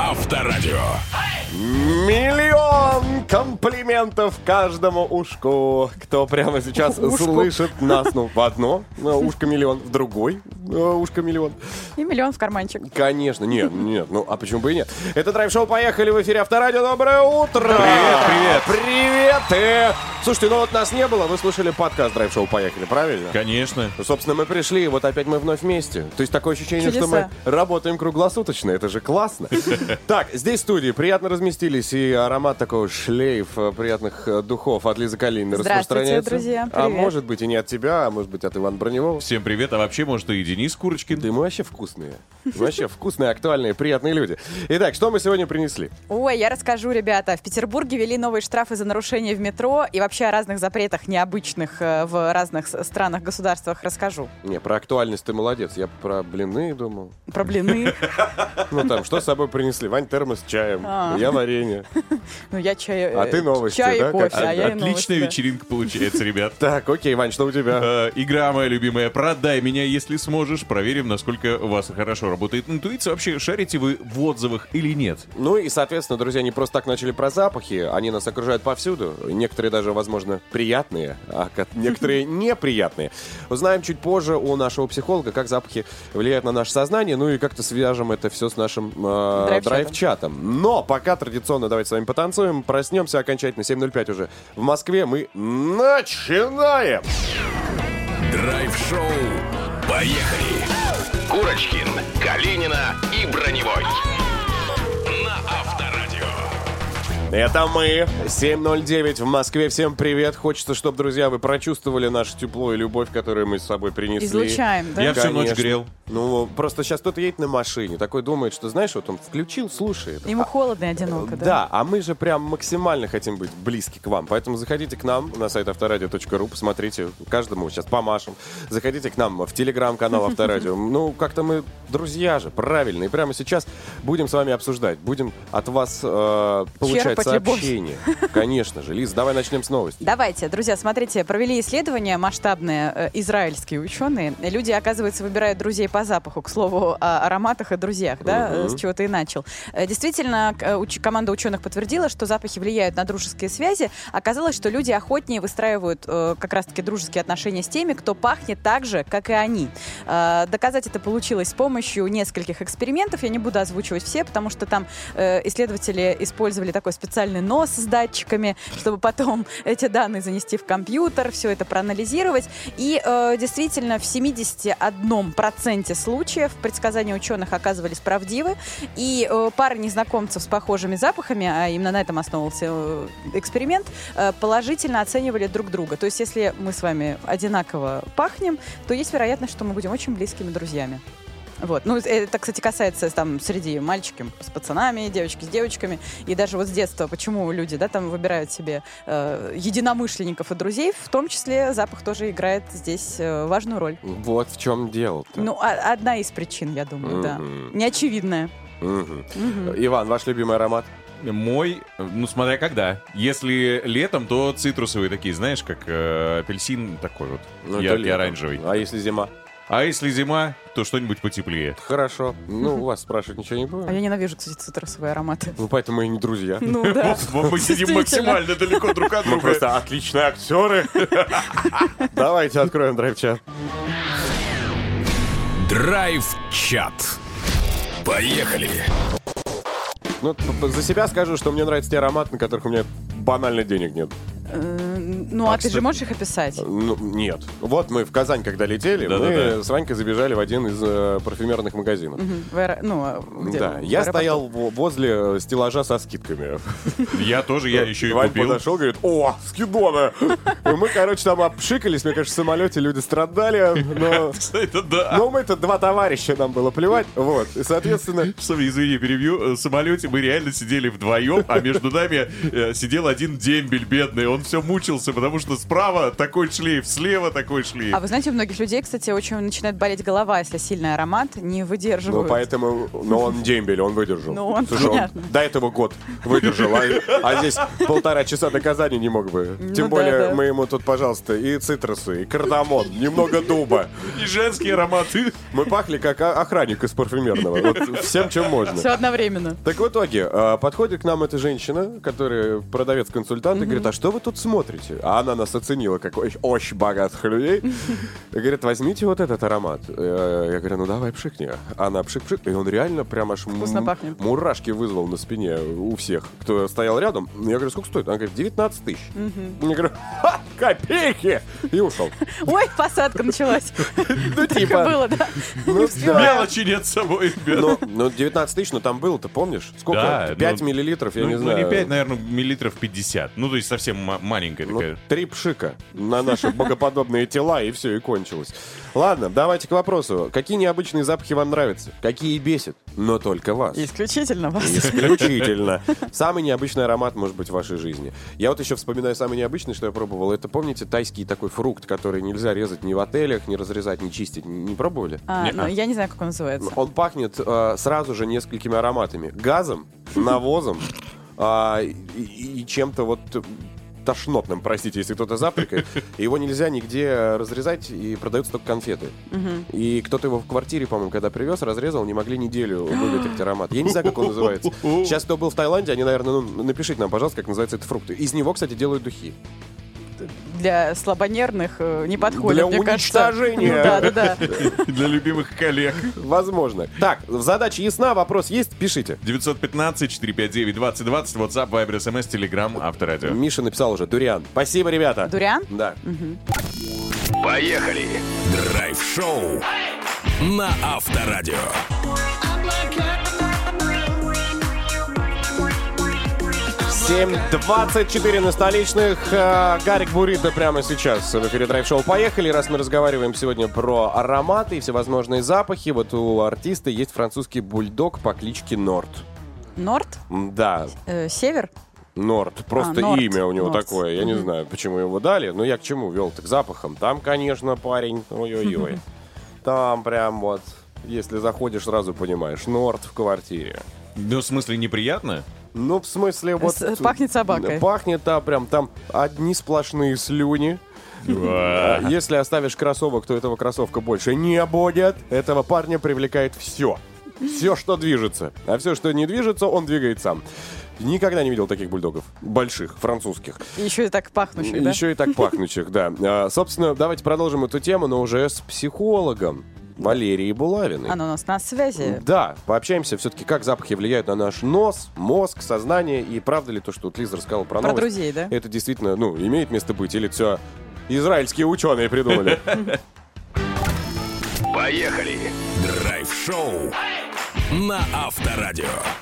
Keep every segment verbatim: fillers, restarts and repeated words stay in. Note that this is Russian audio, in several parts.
Авторадио. Миллион комплиментов каждому ушку, кто прямо сейчас Ушку. слышит нас. Ну, в одно ушко миллион, в другой ушко миллион. И миллион в карманчик. Конечно, нет, нет, ну а почему бы и нет? Это драйв-шоу «Поехали» в эфире Авторадио. Доброе утро! Привет, привет! Привет! Э, слушайте, ну вот нас не было, вы слушали подкаст драйв-шоу «Поехали», правильно? Конечно. Ну, собственно, мы пришли, и вот опять мы вновь вместе. То есть такое ощущение, Чудеса. что мы работаем круглосуточно. Это же классно. Так, здесь в студии приятно разместились, и аромат такого шлейфа приятных э, духов от Лизы Калининой Здравствуйте, распространяется. друзья, А привет. может быть и не от тебя, а может быть от Ивана Броневого. Всем привет, а вообще, может, и Денис Курочкин. Да мы вообще вкусные. Вообще вкусные, актуальные, приятные люди. Итак, что мы сегодня принесли? Ой, я расскажу, ребята. В Петербурге ввели новые штрафы за нарушение в метро и вообще о разных запретах необычных э, в разных с- странах, государствах расскажу. Не, про актуальность ты молодец. Я про блины думал. Про блины. Ну там, что с собой принесли? Вань, термос с чаем. А. Я варенье. Ну, я чай... э, А ты новости, чай да, и кофе, как- а я и новости, Отличная да. вечеринка получается, ребят. Так, окей, Вань, что у тебя? Э, Игра моя любимая «Продай меня, если сможешь». Проверим, насколько у вас хорошо работает интуиция. Вообще, шарите вы в отзывах или нет? Ну и, соответственно, друзья, не просто так начали про запахи. Они нас окружают повсюду. Некоторые даже, возможно, приятные, а ко- некоторые неприятные. Узнаем чуть позже у нашего психолога, как запахи влияют на наше сознание. Ну и как-то свяжем это все с нашим э, Драйв-чатом. драйв-чатом. Но пока традиционно давайте с вами потанцуем. Проснемся окончательно. семь ноль пять уже в Москве. Мы начинаем! Драйв-шоу «Поехали». Курочкин, Калинина и Броневой. На Авторадио. Это мы. семь ноль девять в Москве. Всем привет. Хочется, чтобы, друзья, вы прочувствовали наше тепло и любовь, которую мы с собой принесли. Излучаем, да? Я всю ночь Конечно. грел. Ну, просто сейчас кто-то едет на машине, такой думает, что, знаешь, вот он включил, слушает. Ему холодно и одиноко, да? Да, а мы же прям максимально хотим быть близки к вам. Поэтому заходите к нам на сайт авторадио точка ру, посмотрите, каждому сейчас помашем. Заходите к нам в телеграм-канал Авторадио. Ну, как-то мы друзья же, правильно. И прямо сейчас будем с вами обсуждать. Будем от вас э, получать Черпать любовь. сообщения. Конечно же. Лиз, давай начнем с новости. Давайте, друзья, смотрите, провели исследования масштабные, э, израильские ученые. Люди, оказывается, выбирают друзей по запаху, к слову, о ароматах и друзьях, да, Мгм. э, с чего ты и начал. Э, Действительно, к- э, уч- команда ученых подтвердила, что запахи влияют на дружеские связи. Оказалось, что люди охотнее выстраивают э, как раз-таки дружеские отношения с теми, кто пахнет так же, как и они. Э, Доказать это получилось с помощью нескольких экспериментов. Я не буду озвучивать все, потому что там э, исследователи использовали такой специальный нос с датчиками, чтобы потом эти данные занести в компьютер, все это проанализировать. И э, действительно в семьдесят один процент случаев предсказания ученых оказывались правдивы. И э, пара незнакомцев с похожими запахами, а именно на этом основывался э, эксперимент, э, положительно оценивали друг друга. То есть если мы с вами одинаково пахнем, то есть вероятность, что мы будем очень близкими друзьями. Вот. Ну, это, кстати, касается там среди мальчиков с пацанами, девочки с девочками. И даже вот с детства, почему люди, да, там выбирают себе э, единомышленников и друзей, в том числе запах тоже играет здесь э, важную роль. Вот в чем дело-то. Ну, а- одна из причин, я думаю, да. Мгм. Неочевидная. Мгм. Мгм. Иван, ваш любимый аромат? Мой, ну, смотря когда. Если летом, то цитрусовые такие, знаешь, как э, апельсин такой вот, Ну, это яркий, летом. оранжевый. А если зима? А если зима, то что-нибудь потеплее. Хорошо. Ну, у вас спрашивать ничего не А будет. я ненавижу, кстати, цитрусовые ароматы. Ну, поэтому мы и не друзья. Ну да. Мы сидим Действительно. максимально далеко друг от Мы друга. просто отличные актеры. Давайте откроем драйв-чат. Драйв-чат. Поехали. Ну, п- п- за себя скажу, что мне нравятся те ароматы, на которых у меня банально денег нет. Э, Ну, а ты же можешь их описать? Ну, нет. Вот мы в Казань, когда летели, мы Да-да-да. с Ванькой забежали в один из э, парфюмерных магазинов. Мгм. В аэро- Ну, а где? Да, В я аэропорту. стоял во- возле стеллажа со скидками. Я тоже, я еще и Вань купил. подошел, говорит, о, скидоны! И мы, короче, там обшикались, мне кажется, в самолете люди страдали, но... Кстати, да. Но мы-то два товарища, нам было плевать, вот, и, соответственно... Что, извини, перебью. В самолете мы реально сидели вдвоем, а между нами э, сидел один дембель бедный. Он все мучился мучился, потому что справа такой шлейф, слева такой шлейф. А вы знаете, у многих людей, кстати, очень начинает болеть голова, если сильный аромат, не выдерживают. Ну, поэтому, но он дембель, он выдержал. Ну, он, Слушай, понятно. он до этого год выдержал, а, а здесь полтора часа наказания не мог бы. Тем Ну, более да, да. мы ему тут, пожалуйста, и цитрусы, и кардамон, немного дуба. И женские ароматы. Мы пахли как о- охранник из парфюмерного. Вот всем, чем можно. Все одновременно. Так в итоге, э, подходит к нам эта женщина, которая продавец-консультант, и говорит, а что вы тут смотрите? А она нас оценила как очень, очень богатых людей. И говорит, возьмите вот этот аромат. Э, Я говорю, ну давай пшикни. Она пшик-пшик, и он реально прям аж м- Вкусно пахнет. мурашки вызвал на спине у всех, кто стоял рядом. Я говорю, сколько стоит? Она говорит, девятнадцать тысяч. Я говорю, ха, копейки! И ушел. Ой, посадка началась. Ну, Так и типа, было, да? ну, да. Мелочи нет с собой, ребят. Ну, ну, девятнадцать тысяч, но там было, ты помнишь? Сколько? Да, пять ну, миллилитров, я ну, не ну, знаю. не пять, наверное, миллилитров пятьдесят. Ну, то есть совсем ма- маленькая Ну, такая. три пшика на наши богоподобные тела, и все, и кончилось. Ладно, давайте к вопросу. Какие необычные запахи вам нравятся? Какие бесят? Но только вас. Исключительно вас. Исключительно. Самый необычный аромат может быть в вашей жизни. Я вот еще вспоминаю самый необычный, что я пробовал. Это, помните, тайский такой фрукт, который нельзя резать ни в отелях, ни разрезать, ни чистить. Не пробовали? А, Не-а. ну, я не знаю, как он называется. Он пахнет э, сразу же несколькими ароматами. Газом, навозом а, и, и чем-то вот э, тошнотным, простите, если кто-то заприкает. Его нельзя нигде разрезать, и продаются только конфеты. И кто-то его в квартире, по-моему, когда привез, разрезал, не могли неделю выветрить аромат. Я не знаю, как он называется. Сейчас, кто был в Таиланде, они, наверное, ну, напишите нам, пожалуйста, как называется этот фрукт. Из него, кстати, делают духи. Для слабонервных э, не подходит, Для мне кажется. уничтожения. Да, да, да. Для любимых коллег. Возможно. Так, задача ясна, вопрос есть, пишите. девятьсот пятнадцать четыреста пятьдесят девять двадцать двадцать, WhatsApp, Viber, эс эм эс, Telegram, Авторадио. Миша написал уже, дуриан. Спасибо, ребята. Дуриан? Да. Поехали! Драйв-шоу на Авторадио. семь двадцать четыре на столичных. Э, Гарик Бурито прямо сейчас в эфире Драйв-шоу. Поехали. Раз мы разговариваем сегодня про ароматы и всевозможные запахи, вот у артиста есть французский бульдог по кличке Норт. Норд? Да, Э, север? Норт. Просто А, Норт. имя у него Норт. такое. Я не знаю, почему его дали, но я к чему вел-то? К запахам. Там, конечно, парень. Ой-ой-ой. Там прям вот, если заходишь, сразу понимаешь. Норт в квартире. Ну, в смысле, неприятно? Ну, в смысле, вот... С- пахнет собакой. Пахнет, да, прям там одни сплошные слюни. А Если оставишь кроссовок, то этого кроссовка больше не будет. Этого парня привлекает все. Все, что движется. А все, что не движется, он двигает сам. Никогда не видел таких бульдогов. Больших, французских. И еще и так пахнущий, да? Еще и так пахнущих, да. А, собственно, давайте продолжим эту тему, но уже с психологом Валерией Булавиной. Она у нас на связи. Да, пообщаемся все-таки, как запахи влияют на наш нос, мозг, сознание. И правда ли то, что вот Лиза рассказала про, Про новость? друзей, да? Это действительно, ну, имеет место быть? Или все израильские ученые придумали? Поехали! Драйв-шоу на Авторадио.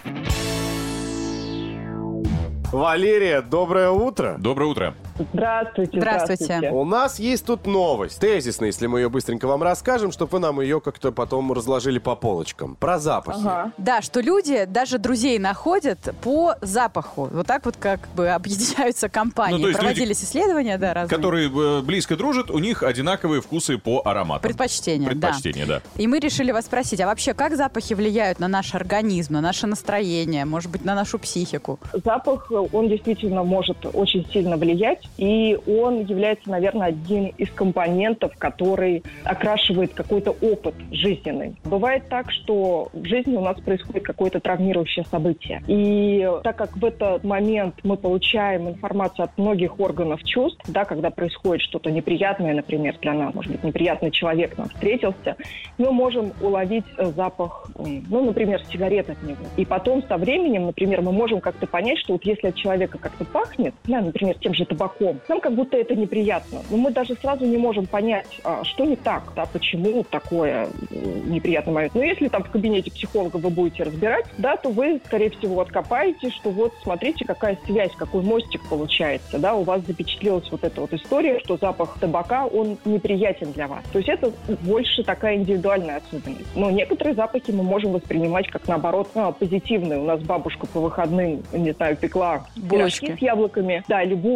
Валерия, доброе утро. Доброе утро. Здравствуйте, Здравствуйте. здравствуйте. У нас есть тут новость, тезисная, если мы ее быстренько вам расскажем, чтобы вы нам ее как-то потом разложили по полочкам. Про запахи. Ага. Да, что люди даже друзей находят по запаху. Вот так вот как бы объединяются компании. Ну, то есть Проводились исследования, да, разные. Которые э, близко дружат, у них одинаковые вкусы по ароматам. Предпочтения, да. Предпочтения, да. И мы решили вас спросить, а вообще как запахи влияют на наш организм, на наше настроение, может быть, на нашу психику? Запах, он действительно может очень сильно влиять, и он является, наверное, одним из компонентов, который окрашивает какой-то опыт жизненный. Бывает так, что в жизни у нас происходит какое-то травмирующее событие. И так как в этот момент мы получаем информацию от многих органов чувств, да, когда происходит что-то неприятное, например, для нас, может быть, неприятный человек нам встретился, мы можем уловить запах, ну, например, сигарет от него. И потом со временем, например, мы можем как-то понять, что вот если от человека как-то пахнет, да, например, тем же табаком, нам как будто это неприятно. Но мы даже сразу не можем понять, а, что не так, да, почему такое неприятный момент. Но если там в кабинете психолога вы будете разбирать, да, то вы, скорее всего, откопаете, что вот смотрите, какая связь, какой мостик получается, да, у вас запечатлелась вот эта вот история, что запах табака, он неприятен для вас. То есть это больше такая индивидуальная особенность. Но некоторые запахи мы можем воспринимать как, наоборот, а, позитивные. У нас бабушка по выходным, не знаю, пекла Булочки. пирожки с яблоками, да, или булочки, и мы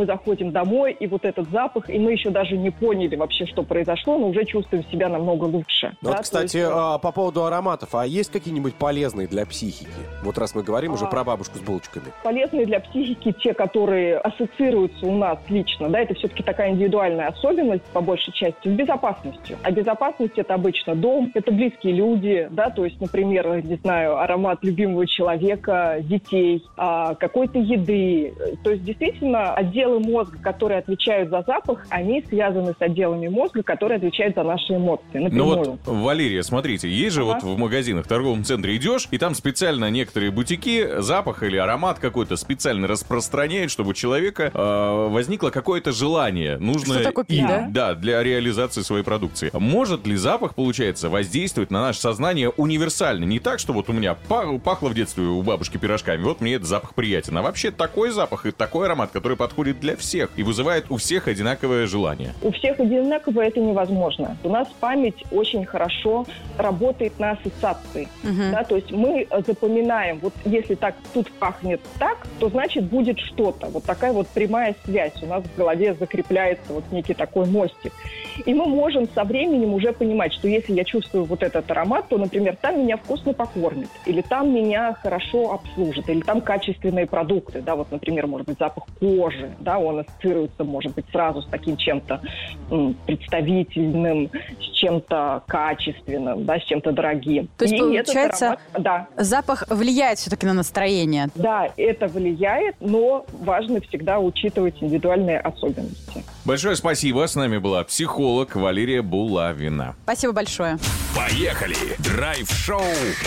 мы заходим домой, и вот этот запах, и мы еще даже не поняли вообще, что произошло, но уже чувствуем себя намного лучше. Вот, да, кстати, есть... а, по поводу ароматов, а есть какие-нибудь полезные для психики? Вот раз мы говорим а... уже про бабушку с булочками. Полезные для психики те, которые ассоциируются у нас лично, да, это все-таки такая индивидуальная особенность, по большей части, с безопасностью. А безопасность — это обычно дом, это близкие люди, да, то есть, например, не знаю, аромат любимого человека, детей, а, какой-то еды. То есть, действительно, отделы мозга, которые отвечают за запах, они связаны с отделами мозга, которые отвечают за наши эмоции. Напрямую. Ну вот, Валерия, смотрите, есть же ага. вот в магазинах, в торговом центре идешь, и там специально некоторые бутики запах или аромат какой-то специально распространяют, чтобы у человека э, возникло какое-то желание, нужное что-то купить, им, да? да, для реализации своей продукции. Может ли запах, получается, воздействовать на наше сознание универсально? Не так, что вот у меня пахло в детстве у бабушки пирожками, вот мне этот запах приятен, а вообще такой запах и такой аромат, который подходит для всех и вызывает у всех одинаковое желание. У всех одинаково это невозможно. У нас память очень хорошо работает на ассоциации. Uh-huh. Да, то есть мы запоминаем, вот если так тут пахнет так, то значит будет что-то. Вот такая вот прямая связь у нас в голове закрепляется, вот некий такой мостик. И мы можем со временем уже понимать, что если я чувствую вот этот аромат, то, например, там меня вкусно покормят, или там меня хорошо обслужат, или там качественные продукты, да, вот, например, может быть, запах кожи, да, он ассоциируется, может быть, сразу с таким чем-то м, представительным, с чем-то качественным, да, с чем-то дорогим. То есть, и получается, аромат, да. запах влияет все-таки на настроение? Да, это влияет, но важно всегда учитывать индивидуальные особенности. Большое спасибо. С нами была психолог Валерия Булавина. Спасибо большое. Поехали! Драйв-шоу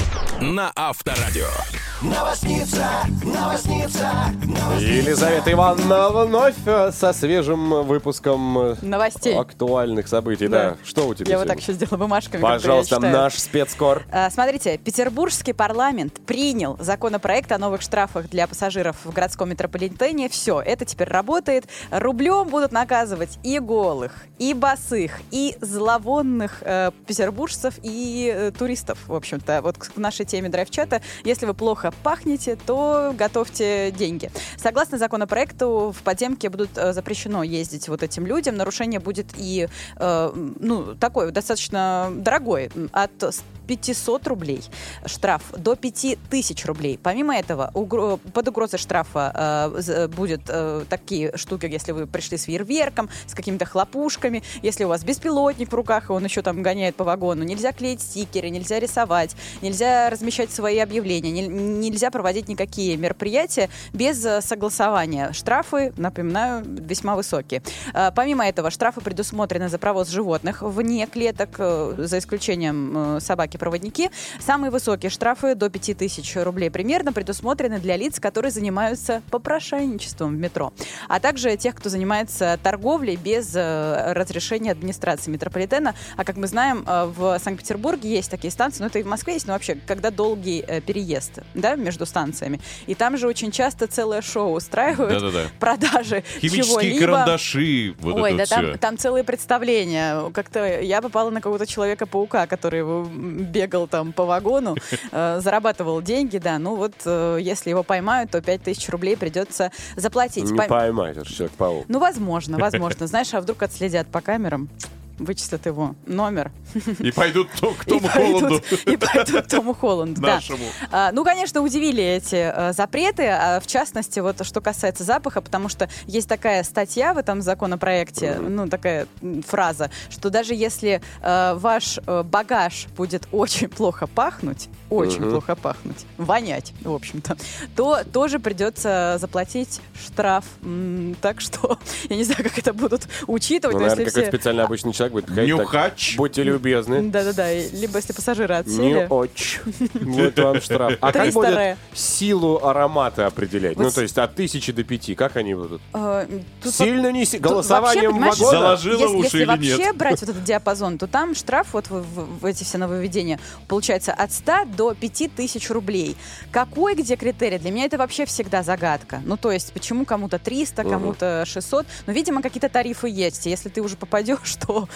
на Авторадио. Новосница, новосница, новосница. Елизавета Ивановна вновь со свежим выпуском новостей, актуальных событий. Да. Да. Что у тебя Я сегодня? вот так еще сделала бумажками. Пожалуйста, наш спецкор. А, смотрите, Петербургский парламент принял законопроект о новых штрафах для пассажиров в городском метрополитене. Все, это теперь работает. Рублем будут наказывать и голых, и босых, и зловонных э, петербуржцев, и э, туристов, в общем-то. Вот к нашей теме драйв-чата. Если вы плохо пахнете, то готовьте деньги. Согласно законопроекту, в подземке будут э, запрещено ездить вот этим людям. Нарушение будет и э, ну, такой достаточно дорогой, от пятьсот рублей штраф до пяти тысяч рублей. Помимо этого, угро- под угрозой штрафа э, будет э, такие штуки, если вы пришли с фейерверком, с какими-то хлопушками, если у вас беспилотник в руках, и он еще там гоняет по вагону, нельзя клеить стикеры, нельзя рисовать, нельзя размещать свои объявления, не, нельзя проводить никакие мероприятия без согласования. Штрафы, напоминаю, весьма высокие. Э, помимо этого, штрафы предусмотрены за провоз животных вне клеток, э, за исключением э, собаки-проводники. Самые высокие штрафы до пяти тысяч рублей примерно предусмотрены для лиц, которые занимаются попрошайничеством в метро, а также тех, кто занимается торговлей без э, разрешения администрации метрополитена. А как мы знаем, э, в Санкт-Петербурге есть такие станции, ну это и в Москве есть, но вообще, когда долгий э, переезд, да, между станциями. И там же очень часто целое шоу устраивают, Да-да-да. продажи химические чего-либо. карандаши, вот Ой, это да вот там, все. там целые представления. Как-то я попала на какого-то Человека-паука, который бегал там по вагону, э, зарабатывал деньги, да. Ну вот, э, если его поймают, то пять тысяч рублей придется заплатить. Не Пойм- поймать, это Человек-паук. Ну, возможно, возможно. Знаешь, а вдруг отследят по камерам, вычислят его номер. И пойдут то- к Тому И пойдут- Холланду. И пойдут к Тому Холланду, да. Нашему. А, ну, конечно, удивили эти а, запреты, а, в частности, вот что касается запаха, потому что есть такая статья в этом законопроекте, mm-hmm. ну, такая м, фраза, что даже если а, ваш а, багаж будет очень плохо пахнуть, очень Mm-hmm. плохо пахнуть, вонять, в общем-то, то тоже придется заплатить штраф. М, так что я не знаю, как это будут учитывать. Ну, но наверное, если какой-то все... специальный обычный человек будет ходить так, Нюхач. будьте любезны. Да-да-да, и либо если пассажиры Не отсели. очень. Вот вам штраф. А как триста будет ре. силу аромата определять? Вот Ну, с- то есть от тысячи до пяти, как они будут? Э, тут Сильно не си- тут голосованием вообще, понимаешь, вагона? Заложила если, уши если или вообще нет? брать вот этот диапазон, то там штраф вот в, в- в эти все нововведения получается от ста до пяти тысяч рублей. Какой где критерий? Для меня это вообще всегда загадка. Ну, то есть, почему кому-то триста, Мгм. кому-то шестьсот? Ну, видимо, какие-то тарифы есть. Если ты уже попадешь, то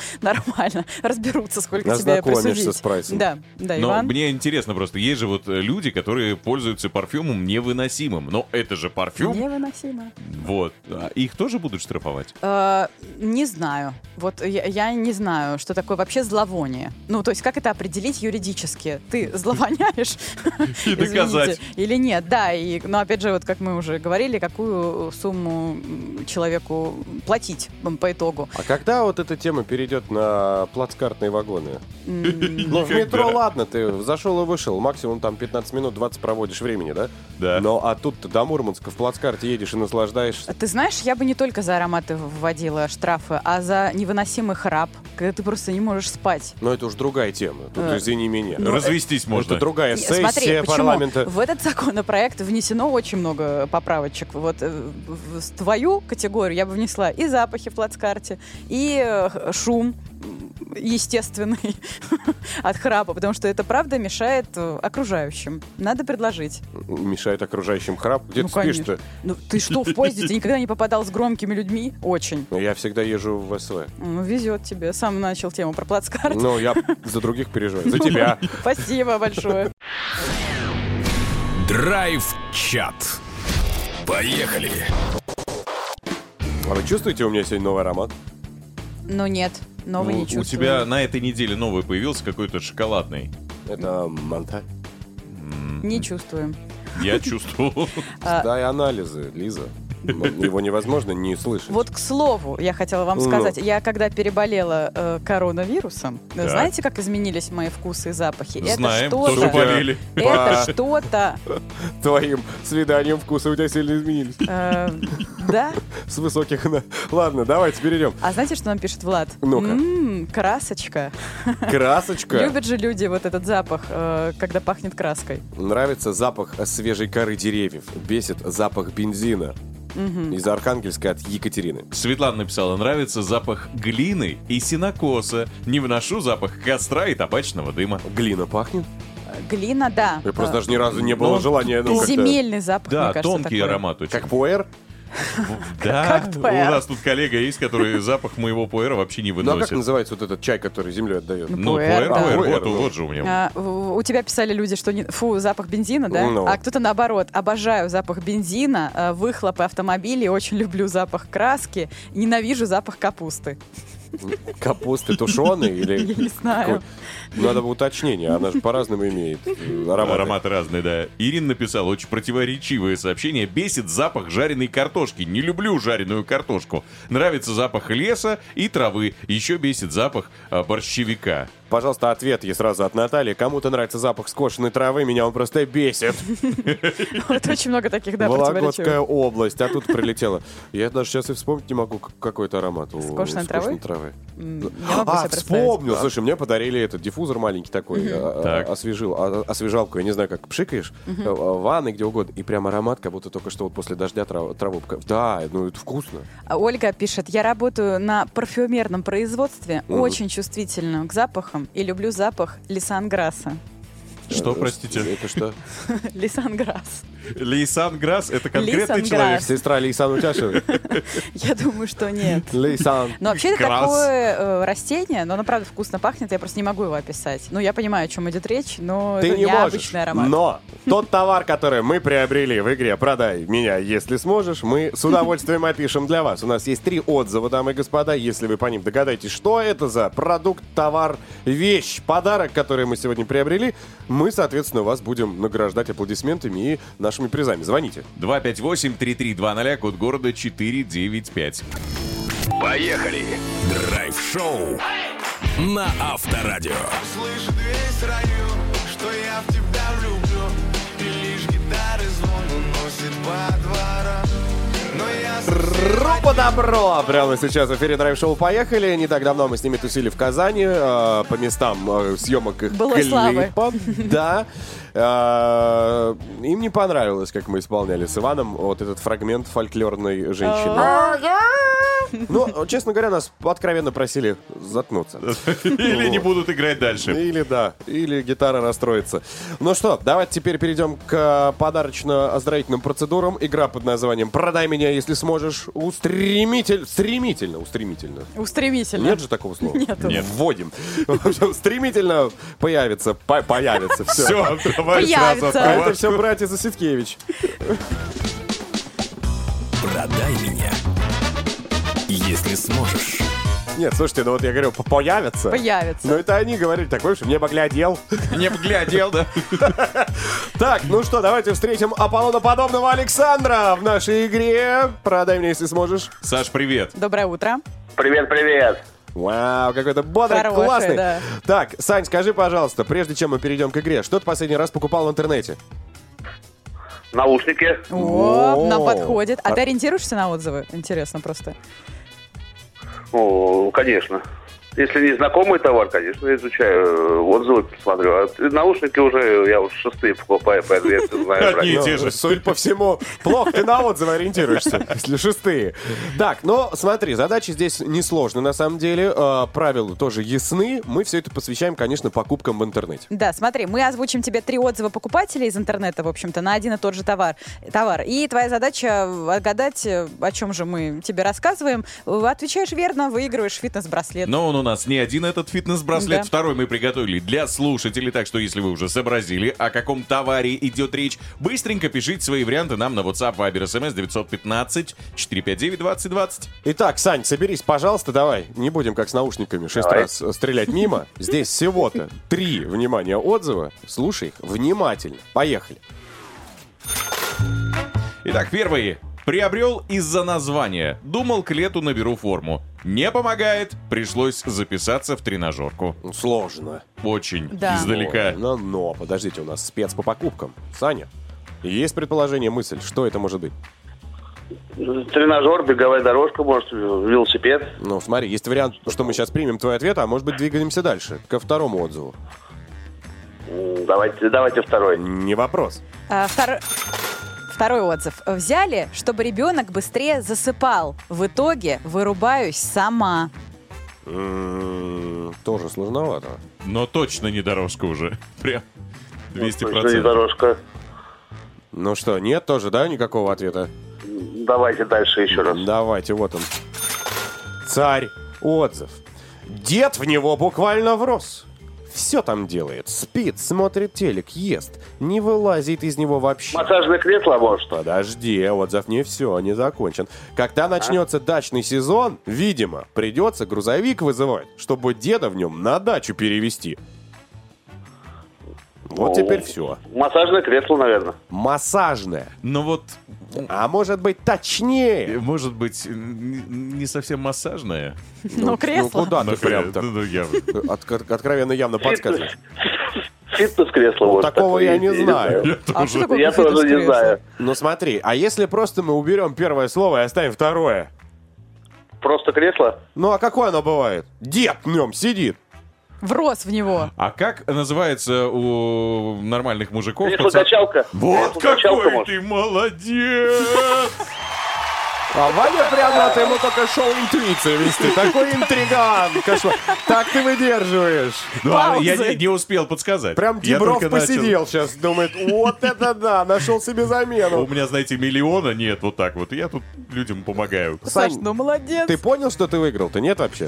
нормально разберутся, сколько тебе присудить. С прайсом. Да, да, Но Иван. мне интересно просто, есть же вот люди, которые пользуются парфюмом невыносимым. Но это же парфюм. Невыносимо. Вот. А их тоже будут штрафовать? Э, не знаю. Вот я, я не знаю, что такое вообще зловоние. Ну, то есть как это определить юридически? Ты зловоняешь? И доказать. Извините, или нет? Да, и, но опять же, вот как мы уже говорили, какую сумму человеку платить по итогу. А когда вот эта тема перейдет на плацкартные вагоны? Ну, в Никогда. метро, ладно, ты зашел и вышел, максимум там пятнадцать минут, двадцать проводишь времени, да? Да. Но а тут ты до Мурманска в плацкарте едешь и наслаждаешься. Ты знаешь, я бы не только за ароматы вводила штрафы, а за невыносимый храп, когда ты просто не можешь спать. Но это уж другая тема. Тут, Э, извини меня. ну, Развестись можно. Это другая Не, сессия смотри, почему? парламента. В этот законопроект внесено очень много поправочек. Вот э, в в твою категорию я бы внесла и запахи в плацкарте, и э, шум естественный от храпа, потому что это правда мешает э, окружающим. Надо предложить. Мешает окружающим храп. Где Ну, ты спишь-то? Ну, ты что, в поезде ты никогда не попадал с громкими людьми? Очень. Ну, я всегда езжу в СВ. Ну, везет тебе. Сам начал тему про плацкарт. Ну, я за других переживаю. За тебя. Спасибо большое. Драйв-чат. Поехали. А вы чувствуете, у меня сегодня новый аромат? Ну нет, новый Ну, не у чувствую. тебя на этой неделе новый появился какой-то шоколадный. Это Монталь. Не чувствуем. Я чувствовал. Дай анализы, Лиза. Его невозможно не слышать. Вот к слову, я хотела вам Ну. сказать, я когда переболела э, коронавирусом, Так. знаете, как изменились мои вкусы и запахи? Знаем, это тоже что-то. болели. Это что-то. Твоим свиданием вкусы у тебя сильно изменились. э, да? С высоких на... Ладно, давайте перейдем. А знаете, что нам пишет Влад? Ну-ка. М, красочка. Красочка. Любят же люди вот этот запах, э, когда пахнет краской. Нравится запах свежей коры деревьев. Бесит запах бензина. Из Архангельска от Екатерины. Светлана написала, нравится запах глины и сенокоса. Не вношу запах костра и табачного дыма. Глина пахнет? Глина, да. Я просто Э, даже ни разу не было Ну, желания... ну, как-то- Земельный запах, Да, мне кажется, тонкий такой. аромат очень. Как пуэр? Да, как у пуэр. нас тут коллега есть, который запах моего пуэра вообще не Ну, а как выносит. называется вот этот чай, который землей отдает? Ну, Пуэр, пуэр, да. пуэр, Пуэр, вот, ну. вот же у меня. А, в- у тебя писали люди, что не, фу, запах бензина, да? Ну. А кто-то наоборот, обожаю запах бензина, э, выхлопы автомобилей, очень люблю запах краски, ненавижу запах капусты. Капусты тушеной Я или... не знаю. Надо бы уточнение, она же по-разному имеет э, ароматы. Ароматы разные, да. Ирина написала очень противоречивое сообщение. Бесит запах жареной картошки. Не люблю жареную картошку. Нравится запах леса и травы. Еще бесит запах а, борщевика. Пожалуйста, ответ ей сразу от Натальи. Кому-то нравится запах скошенной травы, меня он просто бесит. Вот очень много таких, да, Вологодская противоречивых. область, а тут прилетело. Я даже сейчас и вспомнить не могу, к- какой-то аромат у Скошенной травы? травы. М, Я могу А, себе представить. вспомнил! Слушай, мне подарили этот диффузор маленький такой, а, а, Так. освежил, а, освежалку, я не знаю, как пшикаешь, э, в ванной, где угодно, и прям аромат, как будто только что вот после дождя трав- траву. пка- Да, ну это вкусно. А Ольга пишет, я работаю на парфюмерном производстве, очень чувствительна к запахам и люблю запах лисанграсса. Что, Э, простите? Это что? Лисанграсс. Лейсан Грасс — это конкретный Лейсан человек. Грасс. Сестра Лейсан Утяшева? Я думаю, что нет. Лейсан. Но вообще это Крас. такое э, растение, но оно правда вкусно пахнет, я просто не могу его описать. Ну, я понимаю, о чем идет речь, но Ты это не можешь, необычный аромат. но тот товар, который мы приобрели в игре «Продай меня, если сможешь», мы с удовольствием опишем для вас. У нас есть три отзыва, дамы и господа. Если вы по ним догадаетесь, что это за продукт, товар, вещь, подарок, который мы сегодня приобрели, мы, соответственно, вас будем награждать аплодисментами и нашими призами. Звоните. два пять восемь три три два ноль, код города четыре девять пять. Поехали. Драйв-шоу на Авторадио. Слышит весь район, что я в тебя влюблен. И лишь гитары звон уносит по дворам. Но я Группа «Добро» прямо сейчас в эфире драйв-шоу «Поехали». Не так давно мы с ними тусили в Казани э, по местам э, съемок их Былой славы. клипа. Да. А, Им не понравилось, как мы исполняли с Иваном вот этот фрагмент фольклорной женщины. Ну, честно говоря, нас откровенно просили заткнуться. Или не будут играть дальше. Или да, или гитара расстроится. Ну что, давайте теперь перейдем к подарочно-оздоровительным процедурам. Игра под названием «Продай меня, если сможешь». Устремитель... Стремительно, устремительно. Устремительно. Нет же такого слова? Нету. Нет. Вводим. В общем, стремительно появится. по- Появится. Все. Все, давай Появится. сразу А это открывашку. все братья Заситкевич. Продай меня, если сможешь. Нет, слушайте, ну вот я говорю, по- появится. Появится. Ну это они говорили, такой, что мне бы глядел. Не глядел, да? Так, ну что, давайте встретим Аполлоноподобного Александра в нашей игре. Продай меня, если сможешь. Саш, привет. Доброе утро. Привет, привет. Вау, какой-то бодрый, Хороший, классный. да. Так, Сань, скажи, пожалуйста, прежде чем мы перейдем к игре, что ты последний раз покупал в интернете? Наушники. О, О. нам подходит. А А- ты ориентируешься на отзывы? Интересно просто. О, конечно. Если не знакомый товар, конечно, я изучаю, э, отзывы смотрю. А наушники уже, я уж шестые покупаю, поэтому я все знаю. Одни и брать. те же. Ну, судя по всему, плохо ты на отзывы ориентируешься, если шестые. Так, ну смотри, задачи здесь несложны на самом деле. Э, правила тоже ясны. Мы все это посвящаем, конечно, покупкам в интернете. Да, смотри, мы озвучим тебе три отзыва покупателей из интернета, в общем-то, на один и тот же товар. товар. И твоя задача отгадать, о чем же мы тебе рассказываем. Отвечаешь верно, выигрываешь фитнес-браслет. Но он у нас не один, этот фитнес-браслет. Да. Второй мы приготовили для слушателей, так что если вы уже сообразили, о каком товаре идет речь, быстренько пишите свои варианты нам на WhatsApp, Viber, эс эм эс девятьсот пятнадцать четыреста пятьдесят девять двадцать двадцать. Итак, Сань, соберись, пожалуйста, давай. Не будем как с наушниками шесть Давай. раз э, стрелять мимо. Здесь всего-то три, внимание, отзыва. Слушай их внимательно. Поехали. Итак, первый. Приобрел из-за названия. Думал, к лету наберу форму. Не помогает. Пришлось записаться в тренажерку. Ну, сложно. Очень Да. издалека. Ой, но, но, подождите, у нас спец по покупкам. Саня, есть предположение, мысль, что это может быть? Тренажер, беговая дорожка, может, велосипед. Ну, смотри, есть вариант, что мы сейчас примем твой ответ, а может быть двигаемся дальше, ко второму отзыву. М, Давайте, давайте второй. Не вопрос. А, втор- Второй отзыв. Взяли, чтобы ребенок быстрее засыпал. В итоге вырубаюсь сама. М-м, Тоже сложновато. Но точно не дорожка уже. Прям двести Точно не процентов. дорожка. Ну что, нет тоже, да, никакого ответа? Давайте дальше еще раз. Давайте, вот он. Царь отзыв. Дед в него буквально врос. Все там делает. Спит, смотрит телек, ест. Не вылазит из него вообще. Массажное кресло, может. Подожди, отзыв не все, не закончен. Когда начнется дачный сезон, видимо, придется грузовик вызывать, чтобы деда в нем на дачу перевезти. Вот Ну, теперь все. Массажное кресло, наверное. Массажное. Но вот, А может быть точнее? может быть, не не совсем массажная. Ну, кресло. Ну куда Ну, ты прям так? ну, ну, явно. От- от- откровенно явно подсказываешь. Фитнес-кресло, может. Такого такое я не есть, знаю. А что такое Я тоже не фитнес-кресло? знаю. Ну смотри, а если просто мы уберем первое слово и оставим второе? Просто кресло? Ну а какое оно бывает? Дед в нем сидит. Врос в него. А как называется у нормальных мужиков? пацан- Кресло-качалка. Вот Кресло-качалка, какой может. ты молодец! А Ваня прям вот ему только шоу интуиции вести. Такой интриган. Кошмар. Так ты выдерживаешь. Ну, а я Паузы. не, не успел подсказать. Прям Я Дибров только начал. посидел сейчас. Думает, вот это да, нашел себе У замену. меня, знаете, миллиона нет, вот так вот. И я тут людям помогаю. Саш, Сань, ну молодец. ты понял, что ты выиграл-то? Нет вообще?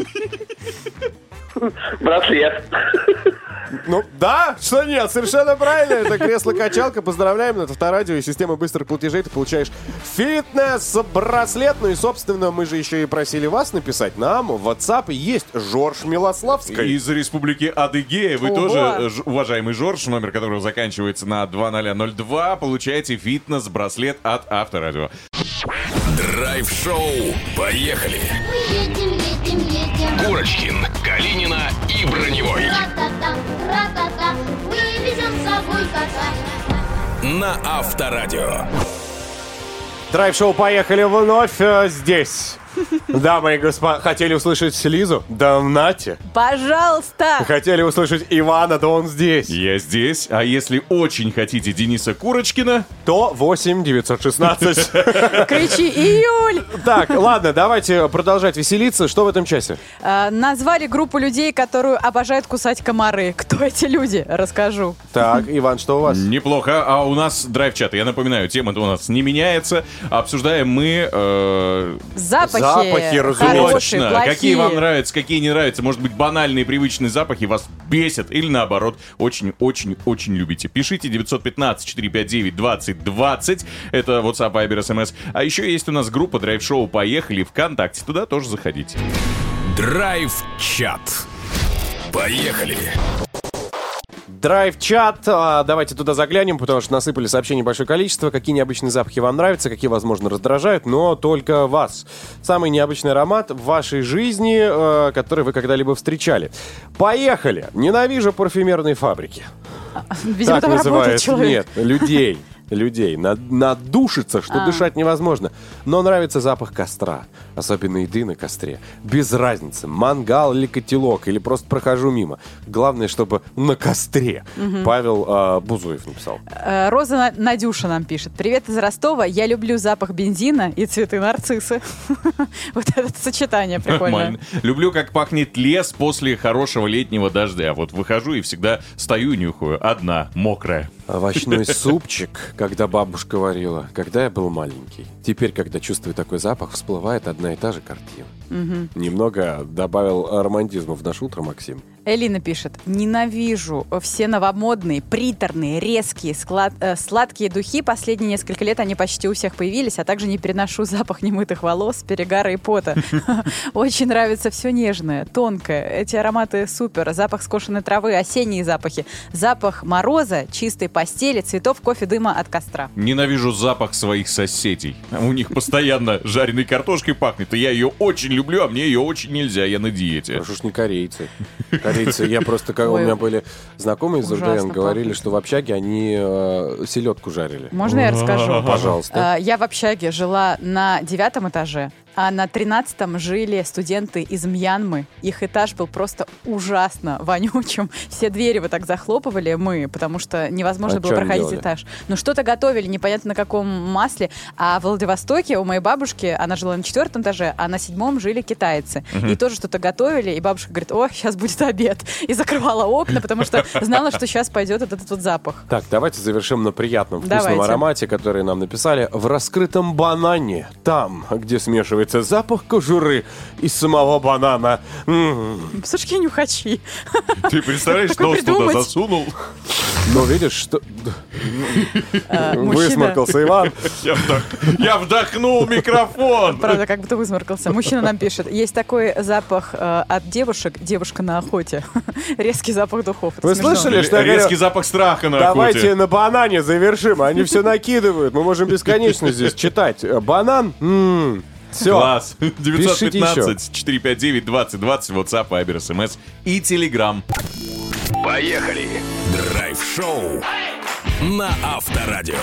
Браслет. Ну да, что нет, совершенно правильно. Это кресло-качалка. Поздравляем, это Авторадио и система быстрых платежей. Ты получаешь фитнес-браслет. Ну и, собственно, мы же еще и просили вас написать нам. В WhatsApp есть Жорж Милославский. Из республики Адыгея вы Ого. тоже, ж- уважаемый Жорж, номер которого заканчивается на два ноль ноль два, получаете фитнес-браслет от Авторадио. Драйв-шоу. Поехали. Мы едем, едем, едем. Курочкин, Калинина и Броневой. Ра-та-та, ра-та-та, мы везем с собой кота. На Авторадио. Драйв-шоу «Поехали» вновь э, здесь. Дамы и господа, хотели услышать Лизу? Да нате. Пожалуйста! Хотели услышать Ивана? Да он здесь. Я здесь. А если очень хотите Дениса Курочкина, то восемь девятьсот шестнадцать. Кричи «Июль!» Так, ладно, давайте продолжать веселиться. Что в этом часе? А, назвали группу людей, которую обожают кусать комары. Кто эти люди? Расскажу. Так, Иван, что у вас? неплохо. А у нас драйв-чат. Я напоминаю, тема-то у нас не меняется. Обсуждаем мы... э, Запахи. Запахи, разумеется. Хорошие, Точно. плохие. Какие вам нравятся, какие не нравятся. Может быть, банальные привычные запахи вас бесят или наоборот очень-очень-очень любите. Пишите девятьсот пятнадцать четыреста пятьдесят девять двадцать двадцать. Это WhatsApp, Viber, эс эм эс. А еще есть у нас группа драйв-шоу «Поехали» ВКонтакте. Туда тоже заходите. Драйв-чат. Поехали. Драйв-чат. А, давайте туда заглянем, потому что насыпали сообщений большое количество. Какие необычные запахи вам нравятся, какие, возможно, раздражают, но только вас. Самый необычный аромат в вашей жизни, э, который вы когда-либо встречали. Поехали! Ненавижу парфюмерные фабрики. Видимо, Так там работает называют. человек. Нет, людей. Людей. Над- Надушится, что А. дышать невозможно. Но нравится запах костра. Особенно еды на костре. Без разницы, мангал или котелок, или просто прохожу мимо. Главное, чтобы на костре. Павел а, Бузуев написал. Э, Роза На- Надюша нам пишет. Привет из Ростова. Я люблю запах бензина и цветы нарциссы. Вот это сочетание прикольное. Нормально. Люблю, как пахнет лес после хорошего летнего дождя. Вот выхожу и всегда стою и нюхаю. Одна, мокрая. Овощной супчик, когда бабушка варила, когда я был маленький. Теперь, когда чувствую такой запах, всплывает одна и та же картина. Немного добавил романтизма в наше утро, Максим. Элина пишет. Ненавижу все новомодные, приторные, резкие, склад- э, сладкие духи. Последние несколько лет они почти у всех появились, а также не переношу запах немытых волос, перегара и пота. Очень нравится все нежное, тонкое. Эти ароматы супер. Запах скошенной травы, осенние запахи. Запах мороза, чистой постели, цветов, кофе, дыма от костра. Ненавижу запах своих соседей. У них постоянно жареной картошкой пахнет, и я ее очень люблю, а мне ее очень нельзя, я на диете. Хорошо, ж не корейцы. Корейцы, я просто, как у Ой. меня были знакомые из Ужасно РДН, говорили, пахнет. что в общаге они э, селедку жарили. Можно я расскажу? Пожалуйста. А, Я в общаге жила на девятом этаже, а на тринадцатом жили студенты из Мьянмы. Их этаж был просто ужасно вонючим. Все двери вот так захлопывали мы, потому что невозможно А было чё они проходить делали? этаж. Ну, что-то готовили, непонятно на каком масле. А в Владивостоке у моей бабушки, она жила на четвертом этаже, а на седьмом жили китайцы. И тоже что-то готовили, и бабушка говорит, о, сейчас будет обед. И закрывала окна, потому что знала, что сейчас пойдет этот, этот вот запах. Так, давайте завершим на приятном вкусном Давайте. аромате, который нам написали. В раскрытом банане, там, где смешивается запах кожуры из самого банана. М-м. Слушай, какие нюхачи. Ты представляешь, Такое нос туда придумать. засунул? Ну, видишь, что... А, мужчина- Высморкался Иван. Я, вдох- я вдохнул микрофон. Правда, как будто высморкался. Мужчина нам пишет. Есть такой запах э, от девушек. Девушка на охоте. Резкий запах духов. Это Вы смешно. слышали, что я говорю? Резкий запах страха на Давайте охоте. на банане завершим. Они все накидывают. Мы можем бесконечно здесь читать. Банан? Все. Класс. девятьсот Пишите пятнадцать четыреста пятьдесят девять двадцать двадцать, WhatsApp, Viber, эс эм эс и Telegram. Поехали. Драйв-шоу на Авторадио.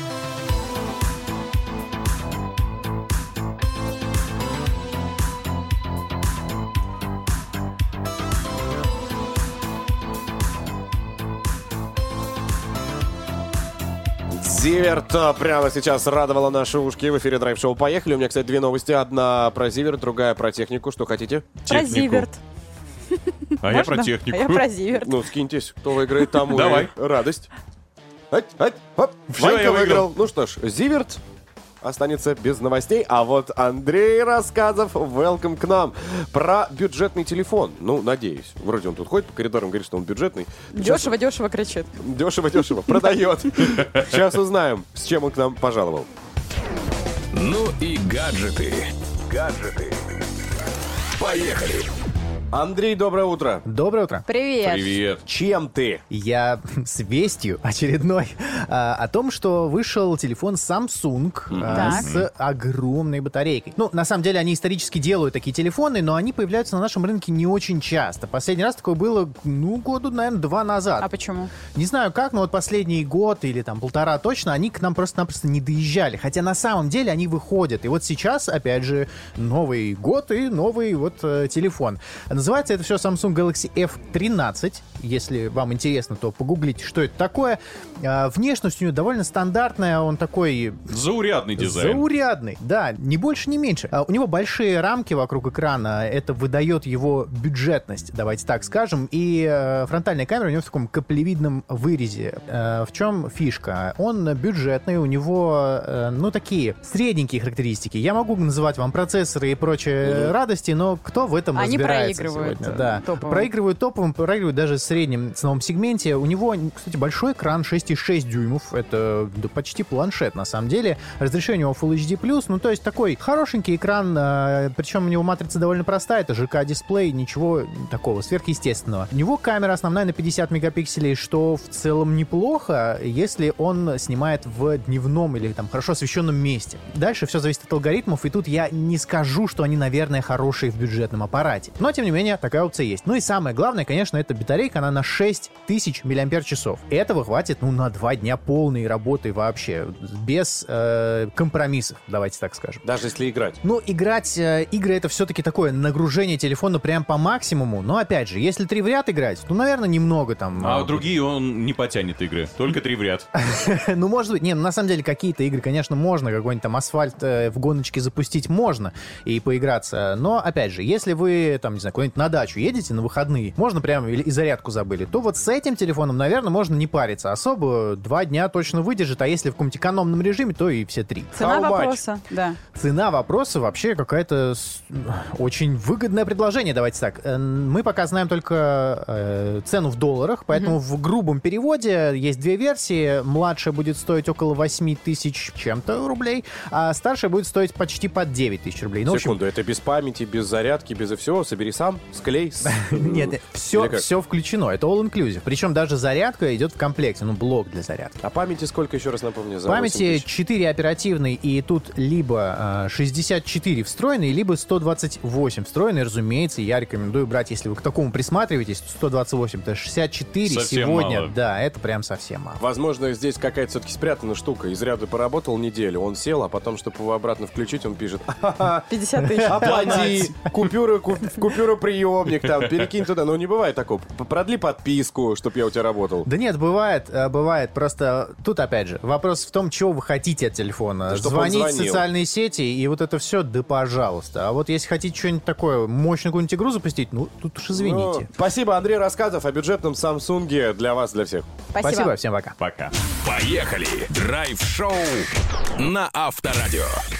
Зиверт а, прямо сейчас радовала наши ушки. В эфире драйв-шоу «Поехали». У меня, кстати, две новости. Одна про Зиверт, другая про технику. Что хотите? Про Технику. Зиверт. А я Можно? про технику. А я про Зиверт. Ну, скиньтесь. Кто выиграет, тому Давай. и радость. Ать, ать, хоп. Всё, Ванька я выиграл. выиграл. Ну что ж, Зиверт останется без новостей. А вот Андрей Рассказов, welcome к нам. Про бюджетный телефон. Ну, надеюсь. Вроде он тут ходит по коридорам, говорит, что он бюджетный. Дешево-дешево кричит. Дешево-дешево. Продает. Сейчас узнаем, с чем он к нам пожаловал. Ну и гаджеты. Гаджеты. Поехали. Андрей, доброе утро. Доброе утро. Привет. Привет. Чем ты? Я с вестью очередной а, о том, что вышел телефон Samsung а, Так. с огромной батарейкой. Ну, на самом деле, они исторически делают такие телефоны, но они появляются на нашем рынке не очень часто. Последний раз такое было, ну, года, наверное, два назад. А почему? Не знаю как, но вот последний год или там полтора точно, они к нам просто-напросто не доезжали. Хотя на самом деле они выходят. И вот сейчас, опять же, Новый год и новый вот э, телефон. Называется это все Samsung Galaxy эф тринадцать. Если вам интересно, то погуглите, что это такое. А, внешность у него довольно стандартная, он такой... Заурядный дизайн. Заурядный, да, ни больше, ни меньше. А, у него большие рамки вокруг экрана, это выдает его бюджетность, давайте так скажем. И э, фронтальная камера у него в таком каплевидном вырезе. Э, в чем фишка? Он бюджетный, у него, э, ну, такие средненькие характеристики. Я могу называть вам процессоры и прочие mm-hmm. радости, но кто в этом Они разбирается проигрывают сегодня? Да. топовым. Проигрывают топовым, проигрывают даже в среднем ценовом сегменте. У него, кстати, большой экран, шесть и шесть дюймов. Это да, почти планшет, на самом деле. Разрешение у него Full эйч ди плюс, ну, то есть такой хорошенький экран, э, причем у него матрица довольно простая, это жэ ка-дисплей, ничего такого сверхъестественного. У него камера основная на пятьдесят мегапикселей, что в целом неплохо, если он снимает в дневном или там хорошо освещенном месте. Дальше все зависит от алгоритмов, и тут я не скажу, что они, наверное, хорошие в бюджетном аппарате. Но, тем не менее, такая опция есть. Ну и самое главное, конечно, это батарейка, она на шесть тысяч миллиампер-часов. Этого хватит, ну, на два дня полной работы вообще, без э, компромиссов, давайте так скажем. Даже если играть. Ну, играть, э, игры это все-таки такое нагружение телефона прям по максимуму, но, опять же, если три в ряд играть, ну, наверное, немного там. А другие он не потянет игры, только три в ряд. Ну, может быть, не, ну, на самом деле, какие-то игры, конечно, можно, какой-нибудь там асфальт э, в гоночке запустить можно и поиграться, но, опять же, если вы, там, не знаю, куда-нибудь на дачу едете на выходные, можно прямо и зарядку забыли, то вот с этим телефоном, наверное, можно не париться особо, два дня точно выдержит, а если в каком-нибудь экономном режиме, то и все три. Цена How much? вопроса, да. Цена вопроса вообще какая-то с- очень выгодное предложение, давайте так. Э, Мы пока знаем только э, цену в долларах, поэтому в грубом переводе есть две версии. Младшая будет стоить около восемь тысяч чем-то рублей, а старшая будет стоить почти под девять тысяч рублей. Ну, в общем, Секунду, это без памяти, без зарядки, без всего. Собери сам, склей. с- нет, все, Или как? все включено. Это all-inclusive. Причем даже зарядка идет в комплекте, ну, блок для зарядки. А памяти сколько, еще раз напомню? За Памяти восемь тысяч? четыре оперативной, и тут либо э, шестьдесят четыре встроенные, либо сто двадцать восемь встроенные. Разумеется, я рекомендую брать, если вы к такому присматриваетесь, сто двадцать восемь, то шестьдесят четыре Совсем сегодня. мало. Да, это прям совсем мало. Возможно, здесь какая-то все-таки спрятана штука. Из ряда поработал неделю, он сел, а потом, чтобы его обратно включить, он пишет: «Ха-ха, пятьдесят тысяч. оплати, купюра, ку- купюроприемник там, перекинь туда». Но не бывает такого. П- Продли подписку, чтобы я у тебя работал. Да нет, бывает, э, бывает. Просто тут, опять же, вопрос в том, чего вы хотите от телефона. Да чтоб он Звонить в звонил. социальные сети и вот это все, да пожалуйста. А вот если хотите что-нибудь такое, мощную какую-нибудь игру запустить, ну, тут уж извините. Ну, спасибо, Андрей Рассказов о бюджетном Самсунге для вас, для всех. Спасибо. Спасибо, всем пока. Пока. Поехали! Драйв-шоу на Авторадио.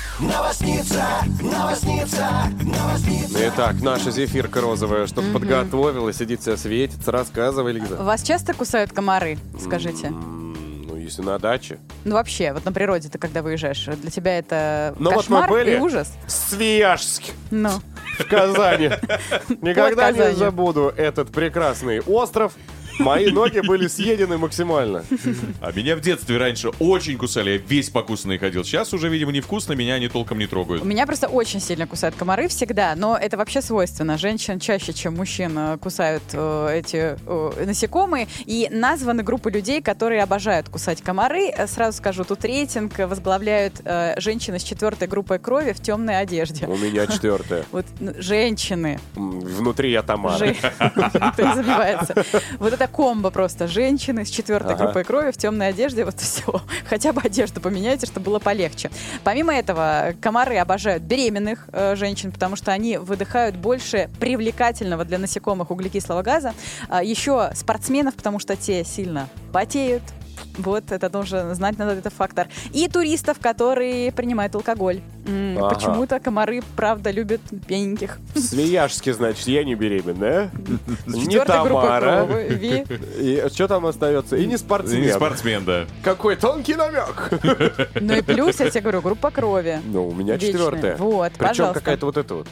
Итак, наша зефирка розовая что-то подготовила, сидит вся светится, рассказывай, Лиза. Вас часто кусают комары, скажите? М, Ну, если на даче. Ну, вообще, вот на природе ты когда выезжаешь, для тебя это Ну, вот мы кошмар были и ужас? в Свияжске, Ну, в Казани. Никогда не Казанью. забуду этот прекрасный остров. Мои ноги были съедены максимально. А меня в детстве раньше очень кусали, я весь покусанный ходил. Сейчас уже, видимо, невкусно, меня они толком не трогают. у меня просто очень сильно кусают комары всегда, но это вообще свойственно. Женщин чаще, чем мужчин, э, кусают э, эти э, насекомые. И названы группы людей, которые обожают кусать комары. Э, Сразу скажу, тут рейтинг возглавляют э, женщины с четвертой группой крови в темной одежде. У меня четвертое. Вот ну, женщины. М, Внутри я Тамара. Жен- Никто не забивается. Вот это комбо просто. Женщины с четвертой Ага. группой крови в темной одежде. Вот все. Хотя бы одежду поменяйте, чтобы было полегче. Помимо этого, комары обожают беременных э, женщин, потому что они выдыхают больше привлекательного для насекомых углекислого газа. А еще спортсменов, потому что те сильно потеют. Вот, это нужно знать, надо этот фактор. И туристов, которые принимают алкоголь. М, Ага. Почему-то комары, правда, любят пьяненьких. В Свияжске, значит, я не беременная. Не Четвёртая группа Тамара. крови. И что там остается? И не Не спортсмен. спортсмен, да. Какой тонкий намек. Ну и плюс, я тебе говорю, группа крови. Ну, у меня Вечная. четвертая. Вот, Причем пожалуйста. какая-то вот эта вот.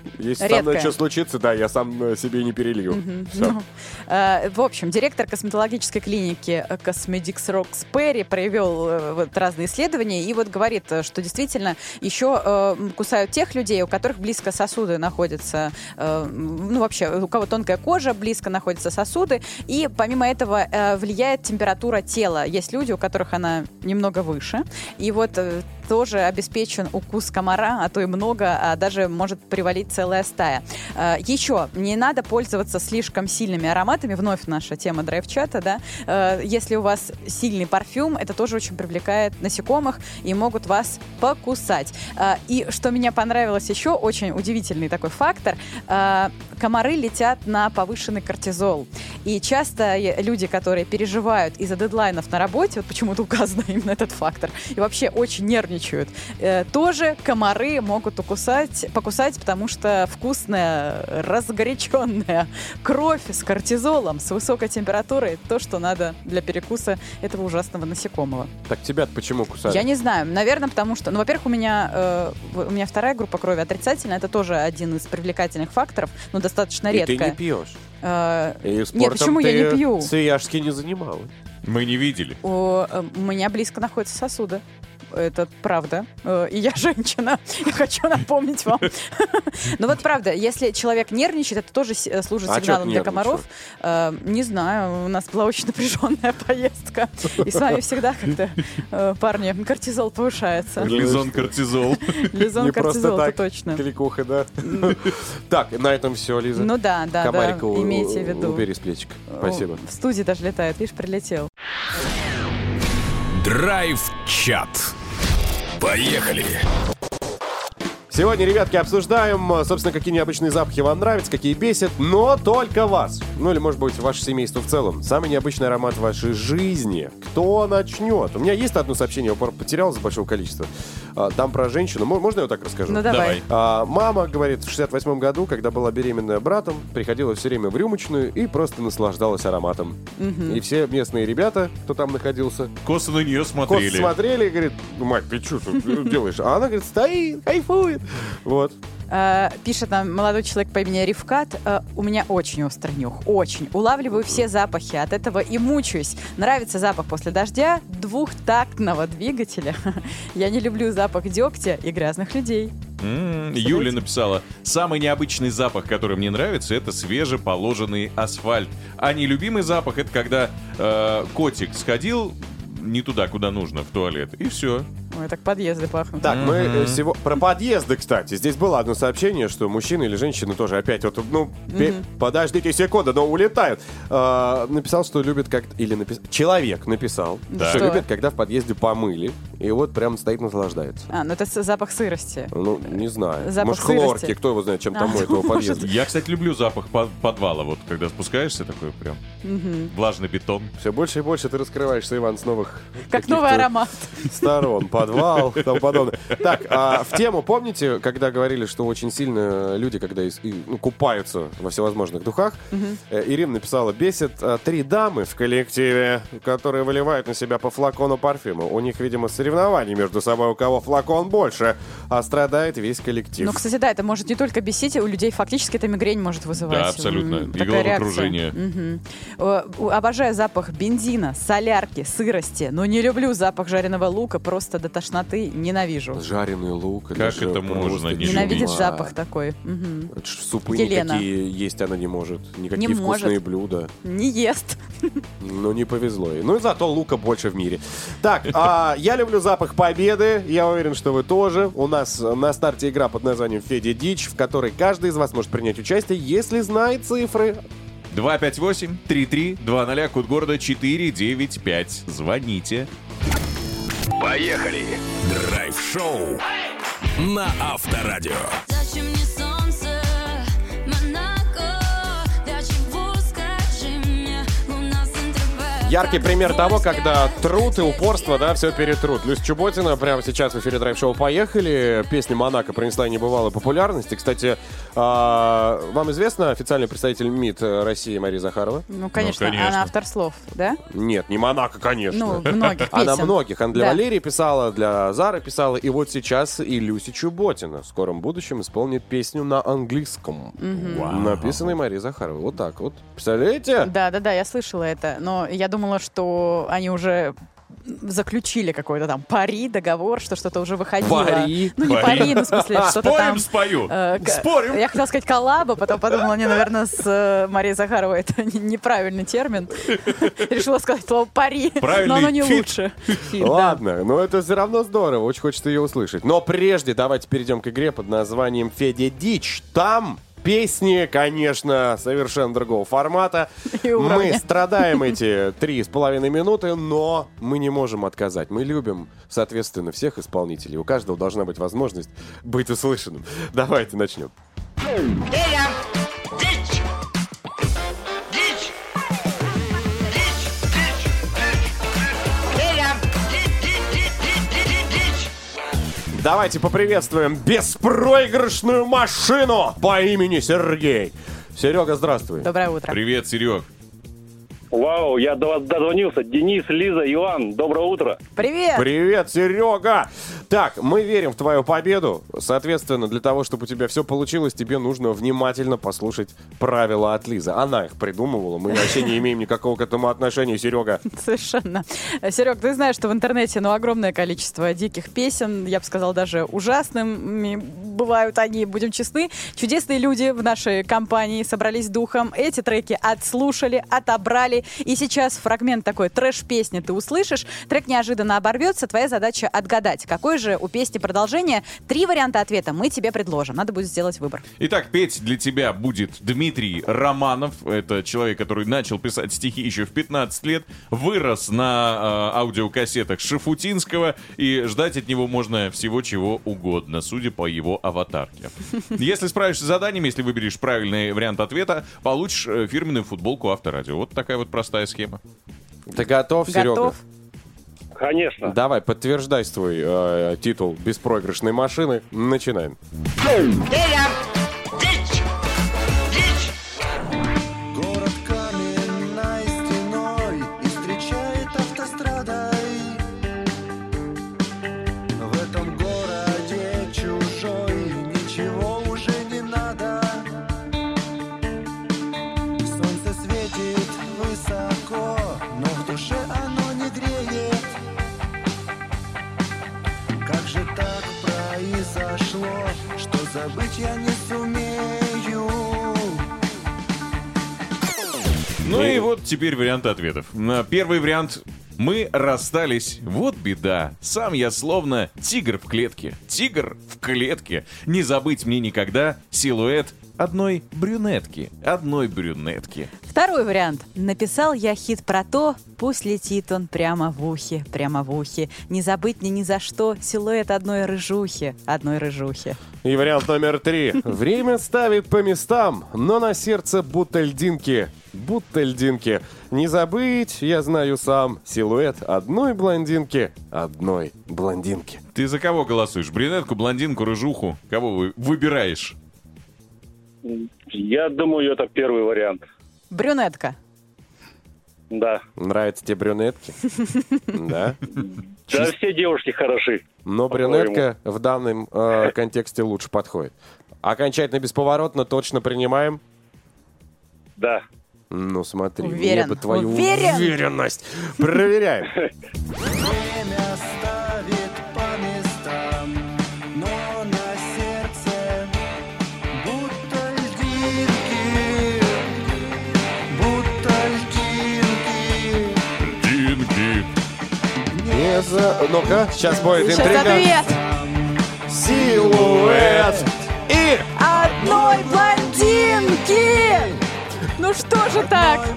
Если редкое. со мной что случится, да, я сам э, себе не перелью. Мгм. Всё. Ну, э, в общем, директор косметологической клиники Cosmetics Rocks Perry провел э, вот разные исследования и вот говорит, э, что действительно еще э, кусают тех людей, у которых близко сосуды находятся, э, ну вообще, у кого тонкая кожа, близко находятся сосуды, и помимо этого э, влияет температура тела. Есть люди, у которых она немного выше, и вот э, тоже обеспечен укус комара, а то и много, а даже может привалить целая стая. Э, еще не надо пользоваться слишком сильными ароматами. Вновь наша тема драйв-чата, да. Э, если у вас сильный парфюм, это тоже очень привлекает насекомых и могут вас покусать. Э, и что меня понравилось еще, очень удивительный такой фактор, э, комары летят на повышенный кортизол. И часто э, люди, которые переживают из-за дедлайнов на работе, вот почему-то указан именно этот фактор, и вообще очень нервничают, э, тоже комары могут укусать, покусать, потому что вкусная, разгоряченная кровь с кортизолом, с высокой температурой, то, что надо для перекуса этого ужасного насекомого. Так тебя почему кусают? Я не знаю. Наверное, потому что... Ну, во-первых, у меня, э, у меня вторая группа крови отрицательная. Это тоже один из привлекательных факторов, но достаточно И редко. ты не пьешь. Э, И спортом Нет, почему ты я не пью? свияжски не занималась. Мы не видели. У, э, у меня близко находятся сосуды. Это правда. Э, И я женщина. Я хочу напомнить вам. Ну вот правда, если человек нервничает, это тоже с- служит А чё сигналом ты для комаров. Э, Не знаю, у нас была очень напряженная поездка. И с вами всегда как-то, э, парни, кортизол повышается. Лизон кортизол. Лизон Не просто кортизол, это так. точно. Кликуха, да? Так, на этом все, Лиза. Ну да, да, да, Комарика у- имейте в виду. убери с плечика. Спасибо. В студии даже летает, видишь, прилетел. Драйв-чат. Поехали! Сегодня, ребятки, обсуждаем, собственно, какие необычные запахи вам нравятся, какие бесят, но только вас. Ну или, может быть, ваше семейство в целом. Самый необычный аромат вашей жизни. Кто начнет? У меня есть одно сообщение, я потерял за большого количества. А, Там про женщину. Мо- Можно я вот так расскажу? Ну давай. Давай. А, мама, говорит, в шестьдесят восьмом году, когда была беременная братом, приходила все время в рюмочную и просто наслаждалась ароматом. И все местные ребята, кто там находился, Косы на нее косо смотрели. смотрели и говорит: ну, мать, ты что тут делаешь? А она говорит, стоит, кайфует. Вот. Э, Пишет нам молодой человек по имени Ривкат. Э, У меня очень острый нюх, очень. Улавливаю все запахи, от этого и мучаюсь. Нравится запах после дождя, двухтактного двигателя. Я не люблю запах дегтя и грязных людей. М, Юля написала: самый необычный запах, который мне нравится, это свежеположенный асфальт. А нелюбимый запах — это когда э, котик сходил не туда, куда нужно, в туалет, и все. Ой, так подъезды пахнут. Так, мы э, сего... про подъезды, кстати. Здесь было одно сообщение, что мужчины или женщины тоже опять вот, ну, пе- подождите секунду, но улетают. А, написал, что любит как... Или написал... Человек написал, Да. что Что? любит, когда в подъезде помыли, и вот прям стоит, наслаждается. А, ну это с- запах сырости. Ну, не знаю. Запах Может, хлорки, сырости. кто его знает, чем там А, моет его может. подъезд. Я, кстати, люблю запах под- подвала, вот когда спускаешься, такой прям влажный бетон. Все больше и больше ты раскрываешься, Иван, с новых Как каких-то новый аромат. сторон. Подвал, тому подобное. Так, а в тему, помните, когда говорили, что очень сильно люди, когда из- и, ну, купаются во всевозможных духах, э, Ирина написала: бесит а, три дамы в коллективе, которые выливают на себя по флакону парфюма. У них, видимо, соревнования между собой, у кого флакон больше, а страдает весь коллектив. Ну, кстати, да, это может не только бесить, у людей фактически это мигрень может вызывать. Да, абсолютно. М, И такая головокружение. реакция. Мгм. Э, у- Обожаю запах бензина, солярки, сырости, но не люблю запах жареного лука, просто до тошноты ненавижу. Жареный лук. Как же это просто можно не Ненавидит любить? запах такой. Мгм. Это ж Супы Елена. никакие есть она не может. Никакие Не вкусные может. блюда. Не ест. Ну, не повезло ей. Ну и зато лука больше в мире. Так, а, я люблю запах победы. Я уверен, что вы тоже. У нас на старте игра под названием «Федя Дичь», в которой каждый из вас может принять участие, если знает цифры. два пять восемь три три два ноль, код города четыре девять пять. Звоните. Поехали! Драйв-шоу на Авторадио. Зачем мне солнце, Монако? Для чего, скажи мне, луна в центре Б? Яркий пример того, когда труд и упорство, да, все перетрут. Люся Чеботина прямо сейчас в эфире драйв-шоу «Поехали». Песня «Монако» принесла небывалую популярность. И, кстати, а, вам известна официальный представитель МИД России Мария Захарова? Ну, конечно, Ну, конечно. она автор слов, да? Нет, не «Монако», конечно. Ну, многих песен. Она многих. Она для Да. Валерии писала, для Зары писала. И вот сейчас и Люся Чеботина в скором будущем исполнит песню на английском. Написанной Марией Захаровой. Вот так вот. Представляете? Да, да, да, я слышала это, но я думала, что они уже заключили какой-то там пари, договор, что что-то уже выходило. Пари? Ну, не Пари. пари, ну, в смысле, что-то Спорим, там... спою. э, к- Спорим. Я хотела сказать коллаба, потом подумала, не, наверное, с э, Марией Захаровой это не- неправильный термин. Решила сказать слово пари, Правильный но оно не фит. лучше. Фит, да. Ладно, но это все равно здорово, очень хочется ее услышать. Но прежде давайте перейдем к игре под названием «Федя Дичь». Там песни, конечно, совершенно другого формата. И уровня. Мы страдаем эти три с половиной минуты, но мы не можем отказать. Мы любим, соответственно, всех исполнителей. У каждого должна быть возможность быть услышанным. Давайте начнем. Федя! Дичь! Дичь! Дичь! Дичь! Федя! Дичь! Давайте поприветствуем беспроигрышную машину по имени Сергей. Серега, здравствуй. Доброе утро. Привет, Серег. Вау, я до вас дозвонился. Денис, Лиза, Иван, доброе утро. Привет! Привет, Серега! Так, мы верим в твою победу. Соответственно, для того, чтобы у тебя все получилось, тебе нужно внимательно послушать правила от Лизы. Она их придумывала. Мы вообще не имеем никакого к этому отношения, Серега. Совершенно. Серег, ты знаешь, что в интернете ну, огромное количество диких песен, я бы сказала, даже ужасными бывают они, будем честны. Чудесные люди в нашей компании собрались духом, эти треки отслушали, отобрали, и сейчас фрагмент такой трэш-песни ты услышишь, трек неожиданно оборвется, твоя задача отгадать, какое же у песни продолжение. Три варианта ответа мы тебе предложим, надо будет сделать выбор. Итак, петь для тебя будет Дмитрий Романов. Это человек, который начал писать стихи еще в пятнадцать лет, вырос на э, аудиокассетах Шафутинского, и ждать от него можно всего чего угодно, судя по его аватарке. Если справишься с заданием, если выберешь правильный вариант ответа, получишь э, фирменную футболку Авторадио. Вот такая вот простая схема. Ты готов, Серега? Готов? Конечно. Давай, подтверждай свой э, титул беспроигрышной машины. Начинаем. Федя! Дичь! Дичь! Город каменной стеной и встречает автострадой. В этом городе чужой ничего уже не надо. Солнце светит высоко, но в душе оно не греет. Как же так произошло, что забыть я не сумею? Ну и вот теперь варианты ответов. На первый вариант. Мы расстались, вот беда. Сам я словно тигр в клетке. Тигр в клетке. Не забыть мне никогда силуэт одной брюнетки. Одной брюнетки. Второй вариант. Написал я хит про то, пусть летит он прямо в ухе, прямо в ухе. Не забыть мне ни за что силуэт одной рыжухи, одной рыжухи. И вариант номер три. Время ставит по местам, но на сердце будто льдинки. Будто льдинки. Не забыть, я знаю сам, силуэт одной блондинки. Одной блондинки. Ты за кого голосуешь? Брюнетку, блондинку, рыжуху? Кого вы выбираешь? Я думаю, это первый вариант. Брюнетка. Да. Нравятся тебе брюнетки? Да? Да, все девушки хороши. Но по-моему. брюнетка в данном э, контексте лучше подходит. Окончательно бесповоротно точно принимаем? Да. Ну смотри, Уверен. мне бы твою Уверен. уверенность. Проверяем. Время ставит по местам, но на сердце будто льдинки, будто льдинки. Динки. Не за... Ну-ка, сейчас будет Сейчас интрига. ответ. Силуэт. И... Одной блондинки! Ну что же так?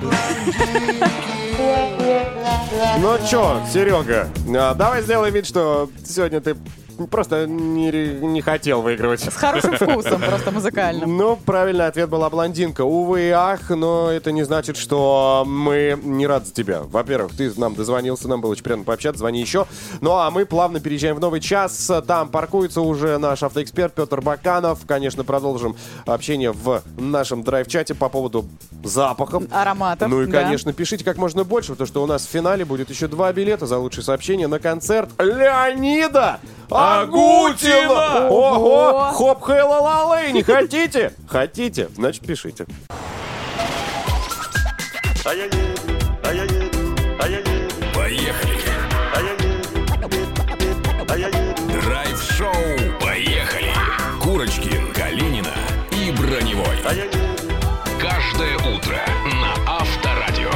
Ну чё, Серега, а, давай сделаем вид, что сегодня ты просто не, не хотел выигрывать. С хорошим вкусом, просто музыкальным. Ну, правильный ответ была блондинка. Увы и ах, но это не значит, что мы не рады за тебя. Во-первых, ты нам дозвонился, нам было очень приятно пообщаться, звони еще. Ну, а мы плавно переезжаем в новый час. Там паркуется уже наш автоэксперт Петр Баканов. Конечно, продолжим общение в нашем драйв-чате по поводу запахов. Ароматов, Ну и, да. конечно, пишите как можно больше, потому что у нас в финале будет еще два билета за лучшее сообщение на концерт Леонида Агутина! Ого! Хоп, хэла ла не хотите? Хотите? Значит, пишите. Поехали! Драйв-шоу «Поехали!» Курочкин, Калинина и Броневой. Каждое утро на Авторадио.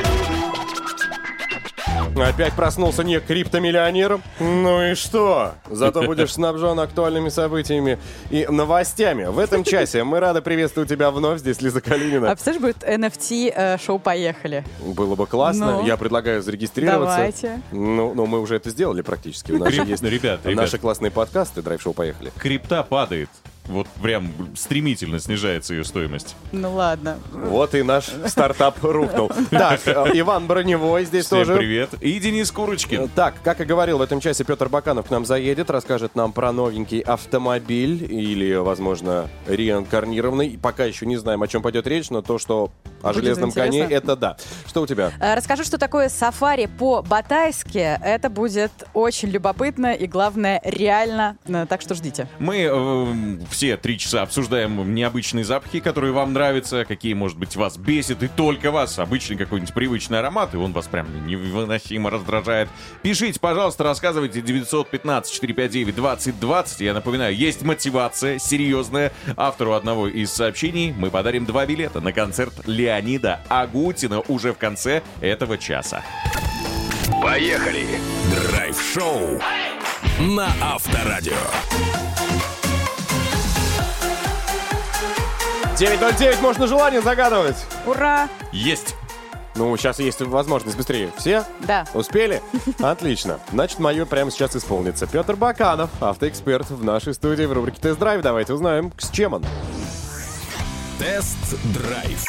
Опять проснулся не криптомиллионером? Ну и что? Зато будешь снабжен актуальными событиями и новостями. В этом часе мы рады приветствовать тебя вновь. Здесь Лиза Калинина. А представляешь, будет эн эф ти-шоу «Поехали». Было бы классно. Ну? Я предлагаю зарегистрироваться. Давайте. Ну, ну, мы уже это сделали практически. У нас же есть Ребят, ребят. наши классные подкасты. Драйв-шоу «Поехали». Крипта падает. Вот прям стремительно снижается ее стоимость. Ну ладно. Вот и наш стартап рухнул. Так, Иван Броневой здесь Всем тоже. привет. И Денис Курочкин. Так, как и говорил, в этом часе Петр Баканов к нам заедет, расскажет нам про новенький автомобиль или, возможно, реинкарнированный. Пока еще не знаем, о чем пойдет речь, но то, что о Будет железном коне, интересно. это да. Что у тебя? Э, Расскажу, что такое сафари по-батайски. Это будет очень любопытно и, главное, реально. Э, Так что ждите. Мы э, все три часа обсуждаем необычные запахи, которые вам нравятся, какие, может быть, вас бесит, и только вас. Обычный какой-нибудь привычный аромат, и он вас прям невыносимо раздражает. Пишите, пожалуйста, рассказывайте девятьсот пятнадцать четыреста пятьдесят девять двадцать двадцать. Я напоминаю, есть мотивация серьезная. Автору одного из сообщений мы подарим два билета на концерт Леонида Агутина уже в конце этого часа. Поехали! Драйв-шоу на Авторадио. девять ноль девять, можно желание загадывать. Ура! Есть! Ну, сейчас есть возможность быстрее. Все? Да. Успели? Отлично. Значит, мое прямо сейчас исполнится. Петр Баканов, автоэксперт в нашей студии в рубрике «Тест-драйв». Давайте узнаем, с чем он. Тест-драйв.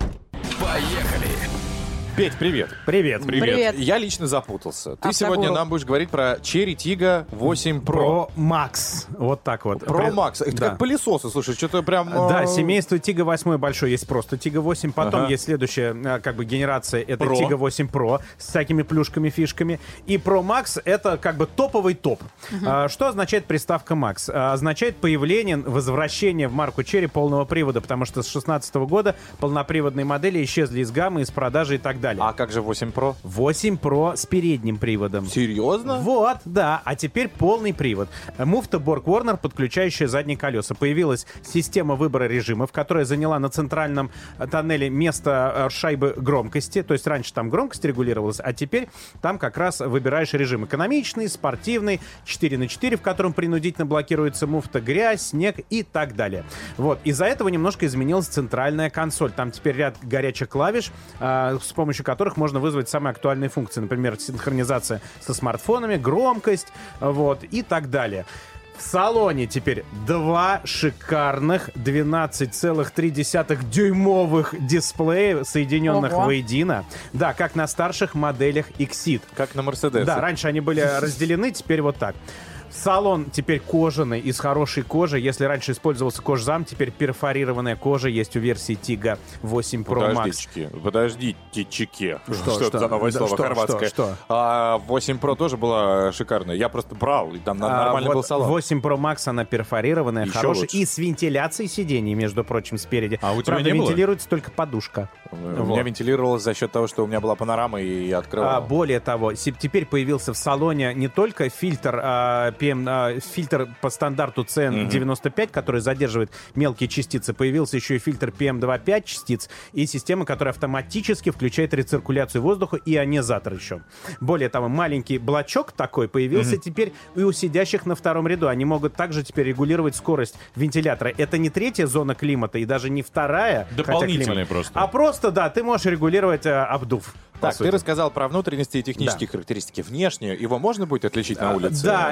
Поехали! Петь, привет. Привет. Привет. Я лично запутался. Ты Автогуру. сегодня нам будешь говорить про Cherry Tiggo восемь Pro. Про Max. Вот так вот. Pro При- Max. Это Да. как пылесосы, слушай, что-то прям... Да, э, семейство Tiggo восемь большой, есть просто Tiggo восемь, потом Ага. есть следующая э, как бы генерация, это Pro. Tiggo восемь Pro с всякими плюшками, фишками, и Pro Max это как бы топовый топ. А, что означает приставка Max? А, означает появление, возвращение в марку Cherry полного привода, потому что с шестнадцатого года полноприводные модели исчезли из гаммы, из продажи и так далее. А как же восемь Pro? восемь Pro с передним приводом. Серьезно? Вот, да. А теперь полный привод. Муфта Borg Warner, подключающая задние колеса. Появилась система выбора режимов, которая заняла на центральном э, тоннеле место э, шайбы громкости. То есть раньше там громкость регулировалась, а теперь там как раз выбираешь режим экономичный, спортивный, четыре на четыре, в котором принудительно блокируется муфта, грязь, снег и так далее. Вот. Из-за этого немножко изменилась центральная консоль. Там теперь ряд горячих клавиш, э, с помощью которых можно вызвать самые актуальные функции. Например, синхронизация со смартфонами, громкость, вот, и так далее. В салоне теперь два шикарных двенадцать целых три десятых дюймовых дисплея, соединенных Ого. воедино. Да, как на старших моделях Exit. Как на Mercedes. Да, раньше они были разделены, теперь вот так. Салон теперь кожаный, из хорошей кожи. Если раньше использовался кожзам, теперь перфорированная кожа есть у версии Tiggo восемь Pro Max. Подождите, подождите, чеки. Что, Что, что? это за новое Да, слово что, хорватское? что, что? А, восемь Pro тоже была шикарная. Я просто брал, и там А, нормальный вот был салон. восемь Pro Max, она перфорированная, Еще хорошая. лучше. И с вентиляцией сидений, между прочим, спереди. А у тебя Правда, не было? вентилируется только подушка. У Вот. меня вентилировалось за счет того, что у меня была панорама, и я открывал. А, более того, се- теперь появился в салоне не только фильтр, а, пи эм, а, фильтр по стандарту си эн девяносто пять, который задерживает мелкие частицы, появился еще и фильтр пи эм двадцать пять частиц и система, которая автоматически включает рециркуляцию воздуха и ионизатор еще. Более того, маленький блочок такой появился теперь и у сидящих на втором ряду. Они могут также теперь регулировать скорость вентилятора. Это не третья зона климата и даже не вторая. хотя Дополнительная климат, просто. А просто, да, ты можешь регулировать э, обдув. по Так, сути. ты рассказал про внутренности и технические характеристики. Внешне его можно будет отличить на улице? Да, небольшая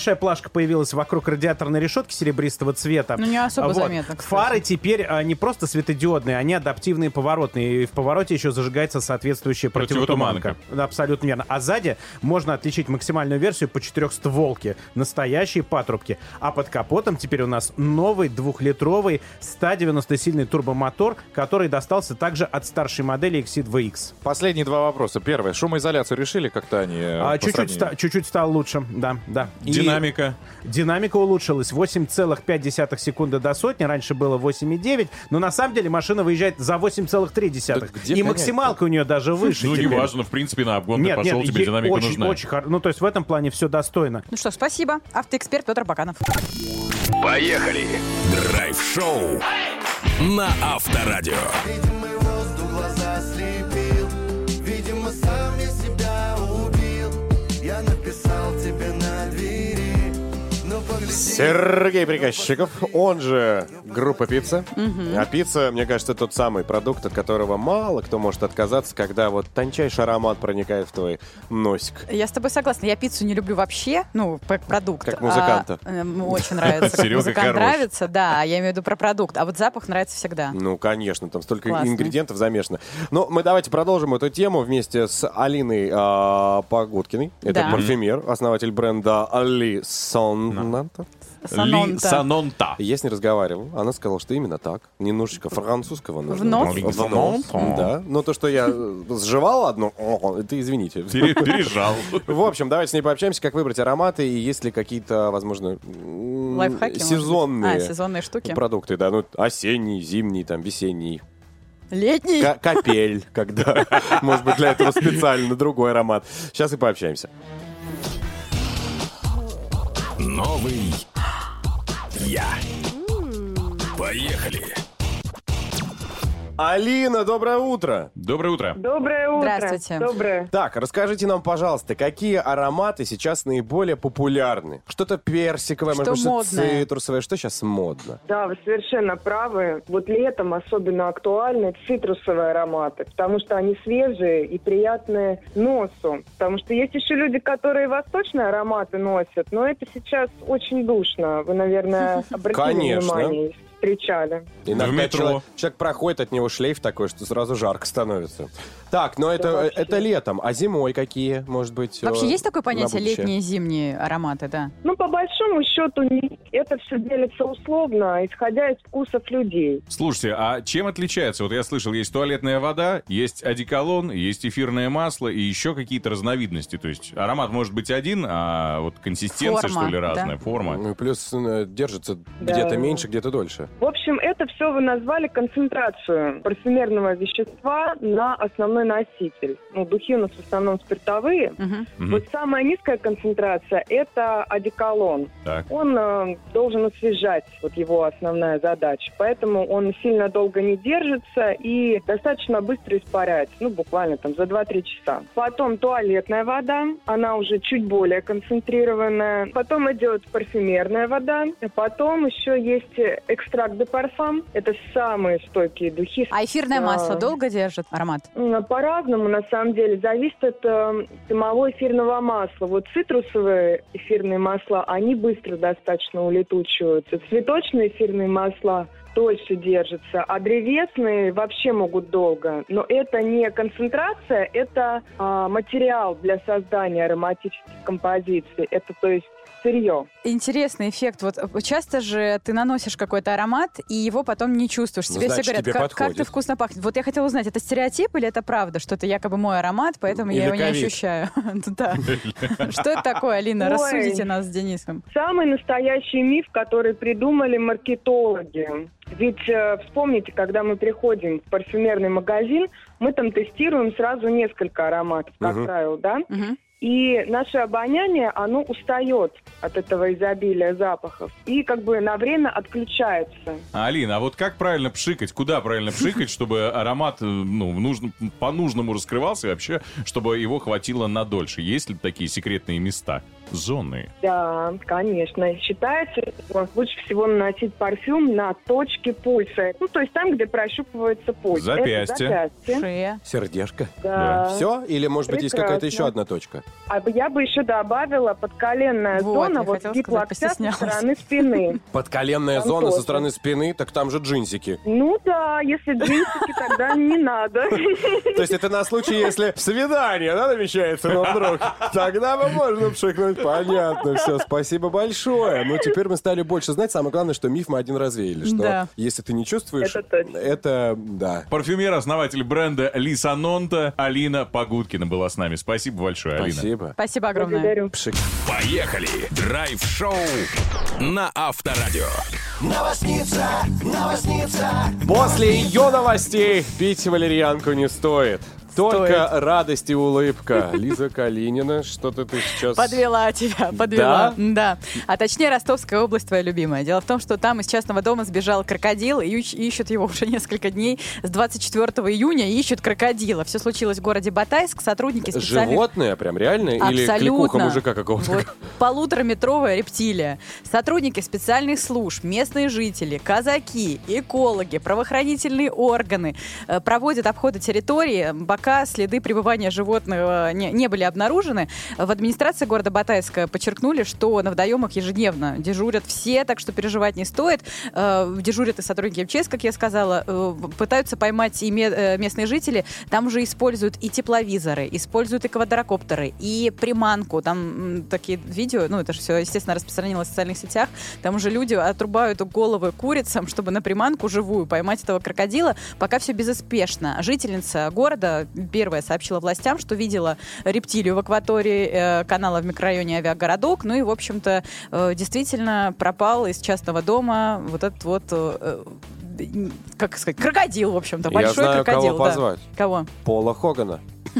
небольшая плашка появилась вокруг радиаторной решетки серебристого цвета. Ну, не особо Вот. заметно, кстати. Фары теперь а, не просто светодиодные, они адаптивные поворотные. И в повороте еще зажигается соответствующая противотуманка. Противотуманка. Да, абсолютно верно. А сзади можно отличить максимальную версию по четырехстволке. Настоящие патрубки. А под капотом теперь у нас новый двухлитровый ста девяносто-сильный турбомотор, который достался также от старшей модели Exceed ви икс. Последние два вопроса. Первое. Шумоизоляцию решили как-то они? э, А, по чуть-чуть, сравнению? ста- чуть-чуть стало лучше, да, да. И Динамика. динамика улучшилась. восемь целых пять десятых секунды до сотни. Раньше было восемь и девять. Но на самом деле машина выезжает за восемь целых три десятых. Да где И понять-то? максималка у нее даже выше. Ну, теперь. неважно, в принципе, на обгон ты Нет, пошел, нет, тебе ей динамика очень, нужна. очень хоро- Ну, то есть в этом плане все достойно. Ну что, спасибо. Автоэксперт Петр Баканов. Поехали! Драйв-шоу на Авторадио. Видимо, воздух глаза слепил. Видимо, сам я себя убил. Я написал тебе на двери. Но погляди. Сергей Приказчиков, он же группа «Пицца». А пицца, мне кажется, тот самый продукт, от которого мало кто может отказаться, когда вот тончайший аромат проникает в твой носик. Я с тобой согласна. Я пиццу не люблю вообще, ну, как продукт. Как музыканта. А, э, очень нравится, как Серега музыкант хорош. нравится, да, я имею в виду про продукт. А вот запах нравится всегда. Ну, конечно, там столько Классно. ингредиентов замешано. Но мы давайте продолжим эту тему вместе с Алиной а, Погодкиной. Это Да. парфюмер, основатель бренда Али Сонанта. Ли Санонта. Санонта. Я с ней разговаривал, она сказала, что именно так. Немножечко французского нужно. В нос? В нос, да. Но то, что я сживал одно, это извините. Пере- Пережал. В общем, давайте с ней пообщаемся, как выбрать ароматы, и есть ли какие-то, возможно, м, Лайфхаки, может быть? сезонные А, сезонные штуки. продукты, да, ну, осенний, зимний, там, весенний. Летний. Ка- Капель, когда, может быть, для этого специально другой аромат. Сейчас и пообщаемся. Новый я. Поехали! Алина, доброе утро! Доброе утро. Доброе утро. Здравствуйте. Доброе. Так, расскажите нам, пожалуйста, какие ароматы сейчас наиболее популярны? Что-то персиковое, Что может быть, что-то модное? цитрусовое, что сейчас модно? Да, вы совершенно правы. Вот летом особенно актуальны цитрусовые ароматы, потому что они свежие и приятные носу. Потому что есть еще люди, которые восточные ароматы носят, но это сейчас очень душно. Вы, наверное, обратили Конечно. внимание, встречали. Иногда В метро. Человек, человек проходит, от него шлейф такой, что сразу жарко становится. Так, но это, вообще. это летом. А зимой какие, может быть? Вообще э, есть такое на понятие будущее? летние и зимние ароматы, да? Ну, по большому счету, не- это все делится условно, исходя из вкусов людей. Слушайте, а чем отличается? Вот я слышал, есть туалетная вода, есть одеколон, есть эфирное масло и еще какие-то разновидности. То есть аромат может быть один, а вот консистенция, Форма, что ли, да. разная, форма. Ну и плюс э, держится Да. где-то меньше, где-то дольше. В общем, это все вы назвали концентрацию парфюмерного вещества на основной носитель. Ну, духи у нас в основном спиртовые. Мгм. Мгм. Вот самая низкая концентрация – это одеколон. Так. Он э, должен освежать, вот его основная задача. Поэтому он сильно долго не держится и достаточно быстро испаряется. Ну, буквально там за два-три часа. Потом туалетная вода, она уже чуть более концентрированная. Потом идет парфюмерная вода. Потом еще есть экстракт де парфам. Это самые стойкие духи. А эфирное А, масло долго держит аромат? М, По-разному, на самом деле. Зависит от э, самого эфирного масла. Вот цитрусовые эфирные масла, они быстро достаточно улетучиваются. Цветочные эфирные масла дольше держатся, а древесные вообще могут долго. Но это не концентрация, это а, материал для создания ароматических композиций. Это, то есть, сырье. Интересный эффект. Вот часто же ты наносишь какой-то аромат, и его потом не чувствуешь. Ну, Тебе все значит, говорят, тебе как, как подходит. ты вкусно пахнет. Вот я хотела узнать, это стереотип или это правда, что это якобы мой аромат, поэтому я Или его не ковид. ощущаю? Да. Что это такое, Алина? Ой. Рассудите нас с Денисом. Самый настоящий миф, который придумали маркетологи. Ведь э, вспомните, когда мы приходим в парфюмерный магазин, мы там тестируем сразу несколько ароматов, как Мгм. правило, да? Мгм. И наше обоняние, оно устает от этого изобилия запахов и как бы на время отключается. А, Алина, а вот как правильно пшикать? Куда правильно пшикать, чтобы аромат э, ну, в нужном- по-нужному раскрывался и вообще, чтобы его хватило надольше? Есть ли такие секретные места? зоны. Да, конечно. Считается, что лучше всего наносить парфюм на точке пульса. Ну, то есть там, где прощупывается пульс. Запястье. Это запястье. Шея. Сердечко. Да. Все? Или, может быть, есть какая-то Прекрасно. еще одна точка? А бы я бы еще добавила подколенная Вот, зона, я вот хотела сгиб сказать, локтя со постеснялась. стороны спины. Подколенная Там зона тоже. со стороны спины, так там же джинсики. Ну да, если джинсики, тогда не надо. То есть это на случай, если свидание, да, намечается, но вдруг, тогда мы можно пшикнуть. Понятно, все, спасибо большое. Ну, теперь мы стали больше знать. Самое главное, что миф мы один развеяли, что Да. если ты не чувствуешь, Это точно. это, да. Парфюмер, основатель бренда Лисанонта Алина Погудкина была с нами. Спасибо большое, Алина. Спасибо. Спасибо огромное. Благодарю. Пшик. Поехали! Драйв-шоу на Авторадио. Новосница, новосница. После ее новостей пить валерьянку не стоит. Только радость и улыбка. Лиза Калинина, что-то ты сейчас... Подвела тебя, подвела. Да? А точнее, Ростовская область твоя любимая. Дело в том, что там из частного дома сбежал крокодил, и ищ- ищут его уже несколько дней. С двадцать четвёртого июня ищут крокодила. Все случилось в городе Батайск. Сотрудники специальных... Животное прям реально? Или Абсолютно. кликуха мужика какого-то? Вот полутораметровая рептилия. Сотрудники специальных служб, местные жители, казаки, экологи, правоохранительные органы э, проводят обходы территории, пока следы пребывания животного не, не были обнаружены. В администрации города Батайска подчеркнули, что на водоемах ежедневно дежурят все, так что переживать не стоит. Э, дежурят и сотрудники эм че эс, как я сказала, э, пытаются поймать и ме- э, местные жители. Там уже используют и тепловизоры, используют и квадрокоптеры, и приманку. Там м, такие видео, ну это же все, естественно, распространилось в социальных сетях. Там уже люди отрубают головы курицам, чтобы на приманку живую поймать этого крокодила. Пока все безуспешно. Жительница города первая сообщила властям, что видела рептилию в акватории э, канала в микрорайоне Авиагородок. Ну и, в общем-то, э, действительно пропал из частного дома вот этот вот, э, э, как сказать, крокодил, в общем-то, Я большой знаю, крокодил. кого да. позвать. Кого? Пола Хогана.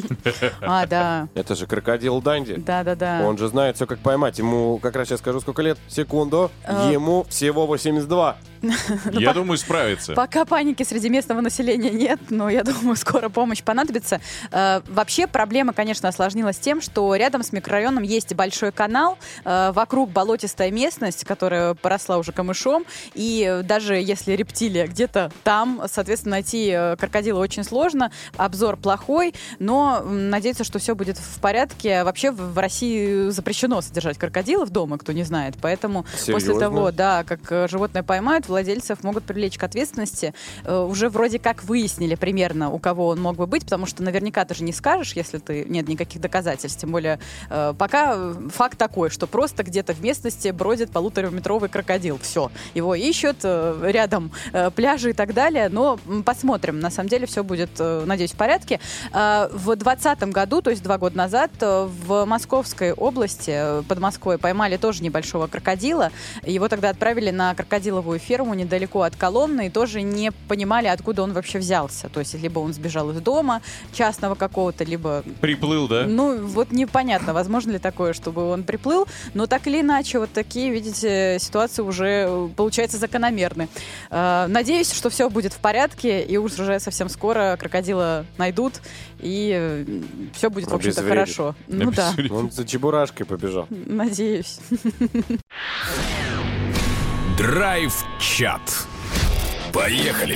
А, да. Это же крокодил Данди. Да-да-да. Он же знает все, как поймать. Ему, как раз сейчас скажу, сколько лет. Секунду. А. Ему всего восемьдесят два. Я думаю, справится. Пока паники среди местного населения нет, но я думаю, скоро помощь понадобится. Э, вообще проблема, конечно, осложнилась тем, что рядом с микрорайоном есть большой канал, э, вокруг болотистая местность, которая поросла уже камышом, и даже если рептилия где-то там, соответственно, найти э, крокодила очень сложно, обзор плохой, но м, надеяться, что все будет в порядке. Вообще в, в России запрещено содержать крокодилов дома, кто не знает, поэтому Серьезно? после того, да, как э, животное поймают, владельцев могут привлечь к ответственности. Э, уже вроде как выяснили примерно, у кого он мог бы быть, потому что наверняка ты же не скажешь, если ты нет никаких доказательств. Тем более э, пока факт такой, что просто где-то в местности бродит полутораметровый крокодил. Все. Его ищут, э, рядом э, пляжи и так далее. Но м, посмотрим. На самом деле все будет, э, надеюсь, в порядке. Э, в двадцатом году, то есть два года назад, э, в Московской области, э, под Москвой, поймали тоже небольшого крокодила. Его тогда отправили на крокодиловую ферму недалеко от Коломны и тоже не понимали, откуда он вообще взялся. То есть либо он сбежал из дома частного какого-то, либо... Приплыл, да? Ну, вот непонятно, возможно ли такое, чтобы он приплыл, но так или иначе, вот такие, видите, ситуации уже, получается, закономерны. Э, надеюсь, что все будет в порядке, и уже совсем скоро крокодила найдут, и все будет, в общем-то, Обезвредит. хорошо. Ну да, Он за чебурашкой побежал. надеюсь. Драйв-чат. Поехали!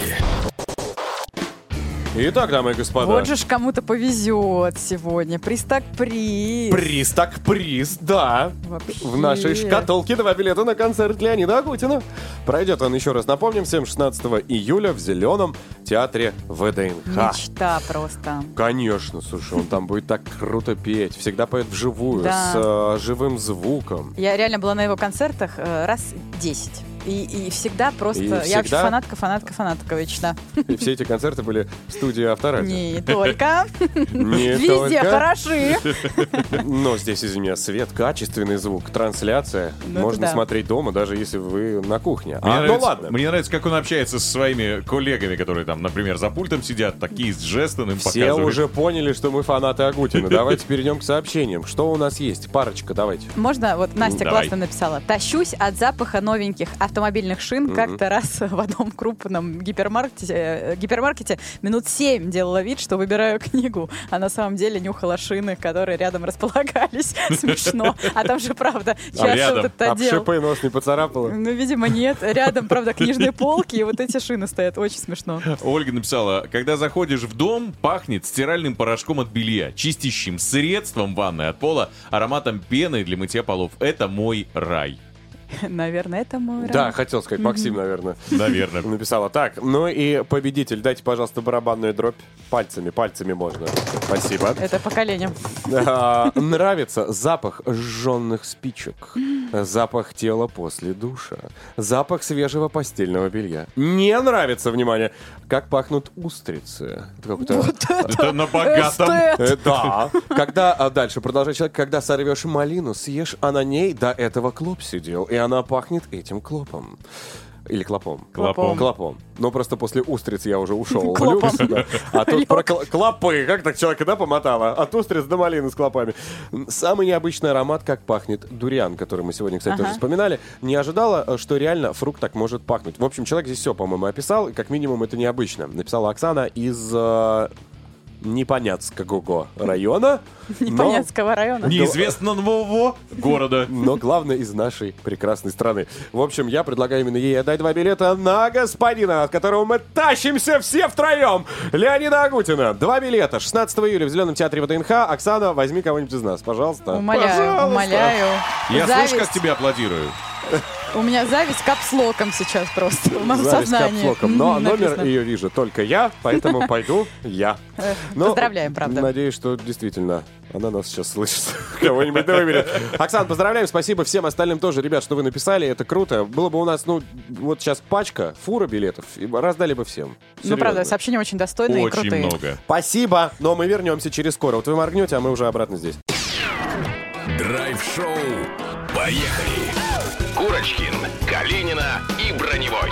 Итак, дамы и господа. Вот же ж кому-то повезет сегодня. Приз так приз. Приз так приз, да. Вообще. В нашей шкатулке два билета на концерт Леонида Агутина. Пройдет он, еще раз напомним, всем шестнадцатого июля в Зеленом театре вэ дэ эн ха. Мечта просто. Конечно, слушай, он там будет так круто петь. Всегда поет вживую, Да. с э, живым звуком. Я реально была на его концертах э, раз десять. И, и всегда просто... И Я всегда? вообще фанатка, фанатка, фанатка вечно. И все эти концерты были в студии Авторадио. Не только. Не Везде только. хороши. Но здесь, извини меня, свет, качественный звук, трансляция. Ну, Можно это да. смотреть дома, даже если вы на кухне. Мне, А, ну нравится, ладно. мне нравится, как он общается со своими коллегами, которые там, например, за пультом сидят, такие с жестом им Все показывают. уже поняли, что мы фанаты Агутина. Давайте перейдем к сообщениям. Что у нас есть? Парочка, давайте. Можно? Вот Настя Давай. классно написала. Тащусь от запаха новеньких автомобильных шин. Мгм. Как-то раз в одном крупном гипермаркете, э, гипермаркете минут семь делала вид, что выбираю книгу, а на самом деле нюхала шины, которые рядом располагались. Смешно. А там же, правда, часто рядом? вот этот Об отдел. шипы нос не поцарапала? Ну, видимо, нет. Рядом, правда, книжные полки, и вот эти шины стоят. Очень смешно. Ольга написала, когда заходишь в дом, пахнет стиральным порошком от белья, чистящим средством ванной от пола, ароматом пены для мытья полов. Это мой рай. Наверное, это мой Да, рай. хотел сказать, Максим, Мгм. наверное. Наверное. Написала. Так, ну и победитель, дайте, пожалуйста, барабанную дробь. Пальцами, пальцами можно. Спасибо. Это поколение. А, Нравится запах сжженных спичек, запах тела после душа, запах свежего постельного белья. Не нравится, внимание, как пахнут устрицы. Это как-то- Это на богатом. Э, Да. Когда, а дальше продолжает человек, когда сорвешь малину, съешь, а на ней до этого клоп сидел, и она пахнет этим клопом. Или клопом. Клопом. Клопом. Но просто после устриц я уже ушел. в Клопом. люкс, да. А тут про кл- клопы. Как так человека, да, помотало? От устриц до малины с клопами. Самый необычный аромат, как пахнет дуриан, который мы сегодня, кстати, Ага. тоже вспоминали. Не ожидала, что реально фрукт так может пахнуть. В общем, человек здесь все, по-моему, описал. И как минимум это необычно. Написала Оксана из... э, Непонятского района. но- Непонятского района. Неизвестного города. Но главное из нашей прекрасной страны. В общем, я предлагаю именно ей отдать два билета на господина, от которого мы тащимся все втроем. Леонида Агутина. Два билета. шестнадцатого июля в Зеленом театре ВДНХ. Оксана, возьми кого-нибудь из нас, пожалуйста. Умоляю, Пожалуйста. умоляю. Я Зависть. слышу, как тебе аплодирую. У меня зависть капслоком сейчас просто в моем Зависть сознании. капслоком. Но М, номер написано. ее вижу только я, поэтому пойду я. Э, Но Поздравляем, правда. Надеюсь, что действительно она нас сейчас слышит. Кого-нибудь да выберет. Оксан, поздравляем. Спасибо всем остальным тоже, ребят, что вы написали. Это круто. Было бы у нас, ну, вот сейчас пачка, фура билетов. И раздали бы всем. Ну, Серьезно. правда, сообщения очень достойные и Очень крутые. много. Спасибо. Но мы вернемся через скоро. Вот вы моргнете, а мы уже обратно здесь. Драйв-шоу. Поехали! Курочкин, Калинина и Броневой.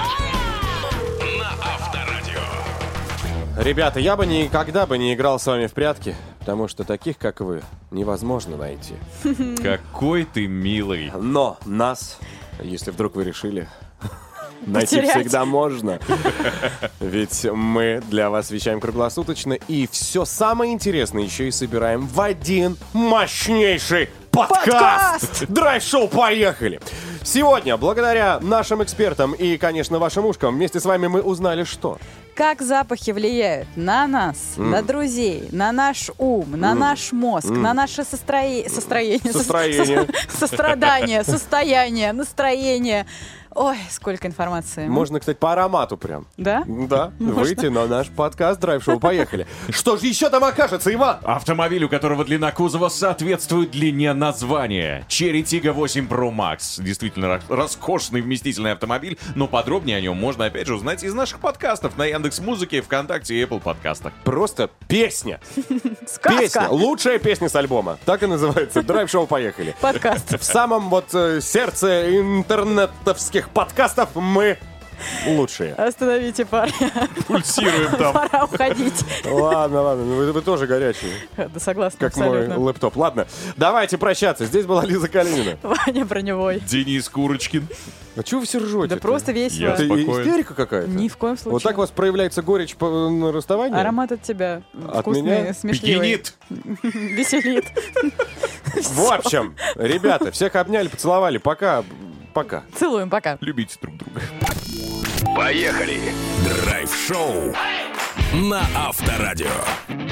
На Авторадио. Ребята, я бы никогда бы не играл с вами в прятки, потому что таких, как вы, невозможно найти. Какой ты милый. Но нас, если вдруг вы решили, найти Потерять. всегда можно. Ведь мы для вас вещаем круглосуточно. И все самое интересное еще и собираем в один мощнейший подкаст. Драйв-шоу, поехали! Сегодня, благодаря нашим экспертам и, конечно, вашим ушкам, вместе с вами мы узнали, что... Как запахи влияют на нас, М. на друзей, на наш ум, на М. наш мозг, М. на наше состроение, состроение, со- Состроение. со- сострадание, состояние, настроение. Ой, сколько информации. Можно, кстати, по аромату прям. Да? Да, Можно. выйти на наш подкаст Драйв-шоу. Поехали. Что же еще там окажется, Иван? Автомобиль, у которого длина кузова соответствует длине названия. Cherry Tiggo восемь Pro Max. Действительно ро- роскошный вместительный автомобиль, но подробнее о нем можно опять же узнать из наших подкастов на Яндекс.Музыке, ВКонтакте и Apple подкастах. Просто песня. Сказка. Песня. Лучшая песня с альбома. Так и называется. Драйв-шоу, поехали. Подкаст. В самом вот э, сердце интернетовских подкастов мы лучшие. Остановите, парни. Пульсируем там. Пора уходить. Ладно, ладно, ну вы, вы тоже горячие, Да, согласна, как абсолютно. мой лэптоп. Ладно, давайте прощаться. Здесь была Лиза Калинина. Ваня Броневой. Денис Курочкин. А чего вы все ржете? Да просто весело. Это спокоен. истерика какая-то? Ни в коем случае. Вот так у вас проявляется горечь по- на расставании? Аромат от тебя От вкусный, меня? смешливый. Пьянит. Веселит. В общем, ребята, всех обняли, поцеловали. Пока. Пока. Целуем, пока. Любите друг друга. Поехали! Драйв-шоу на Авторадио.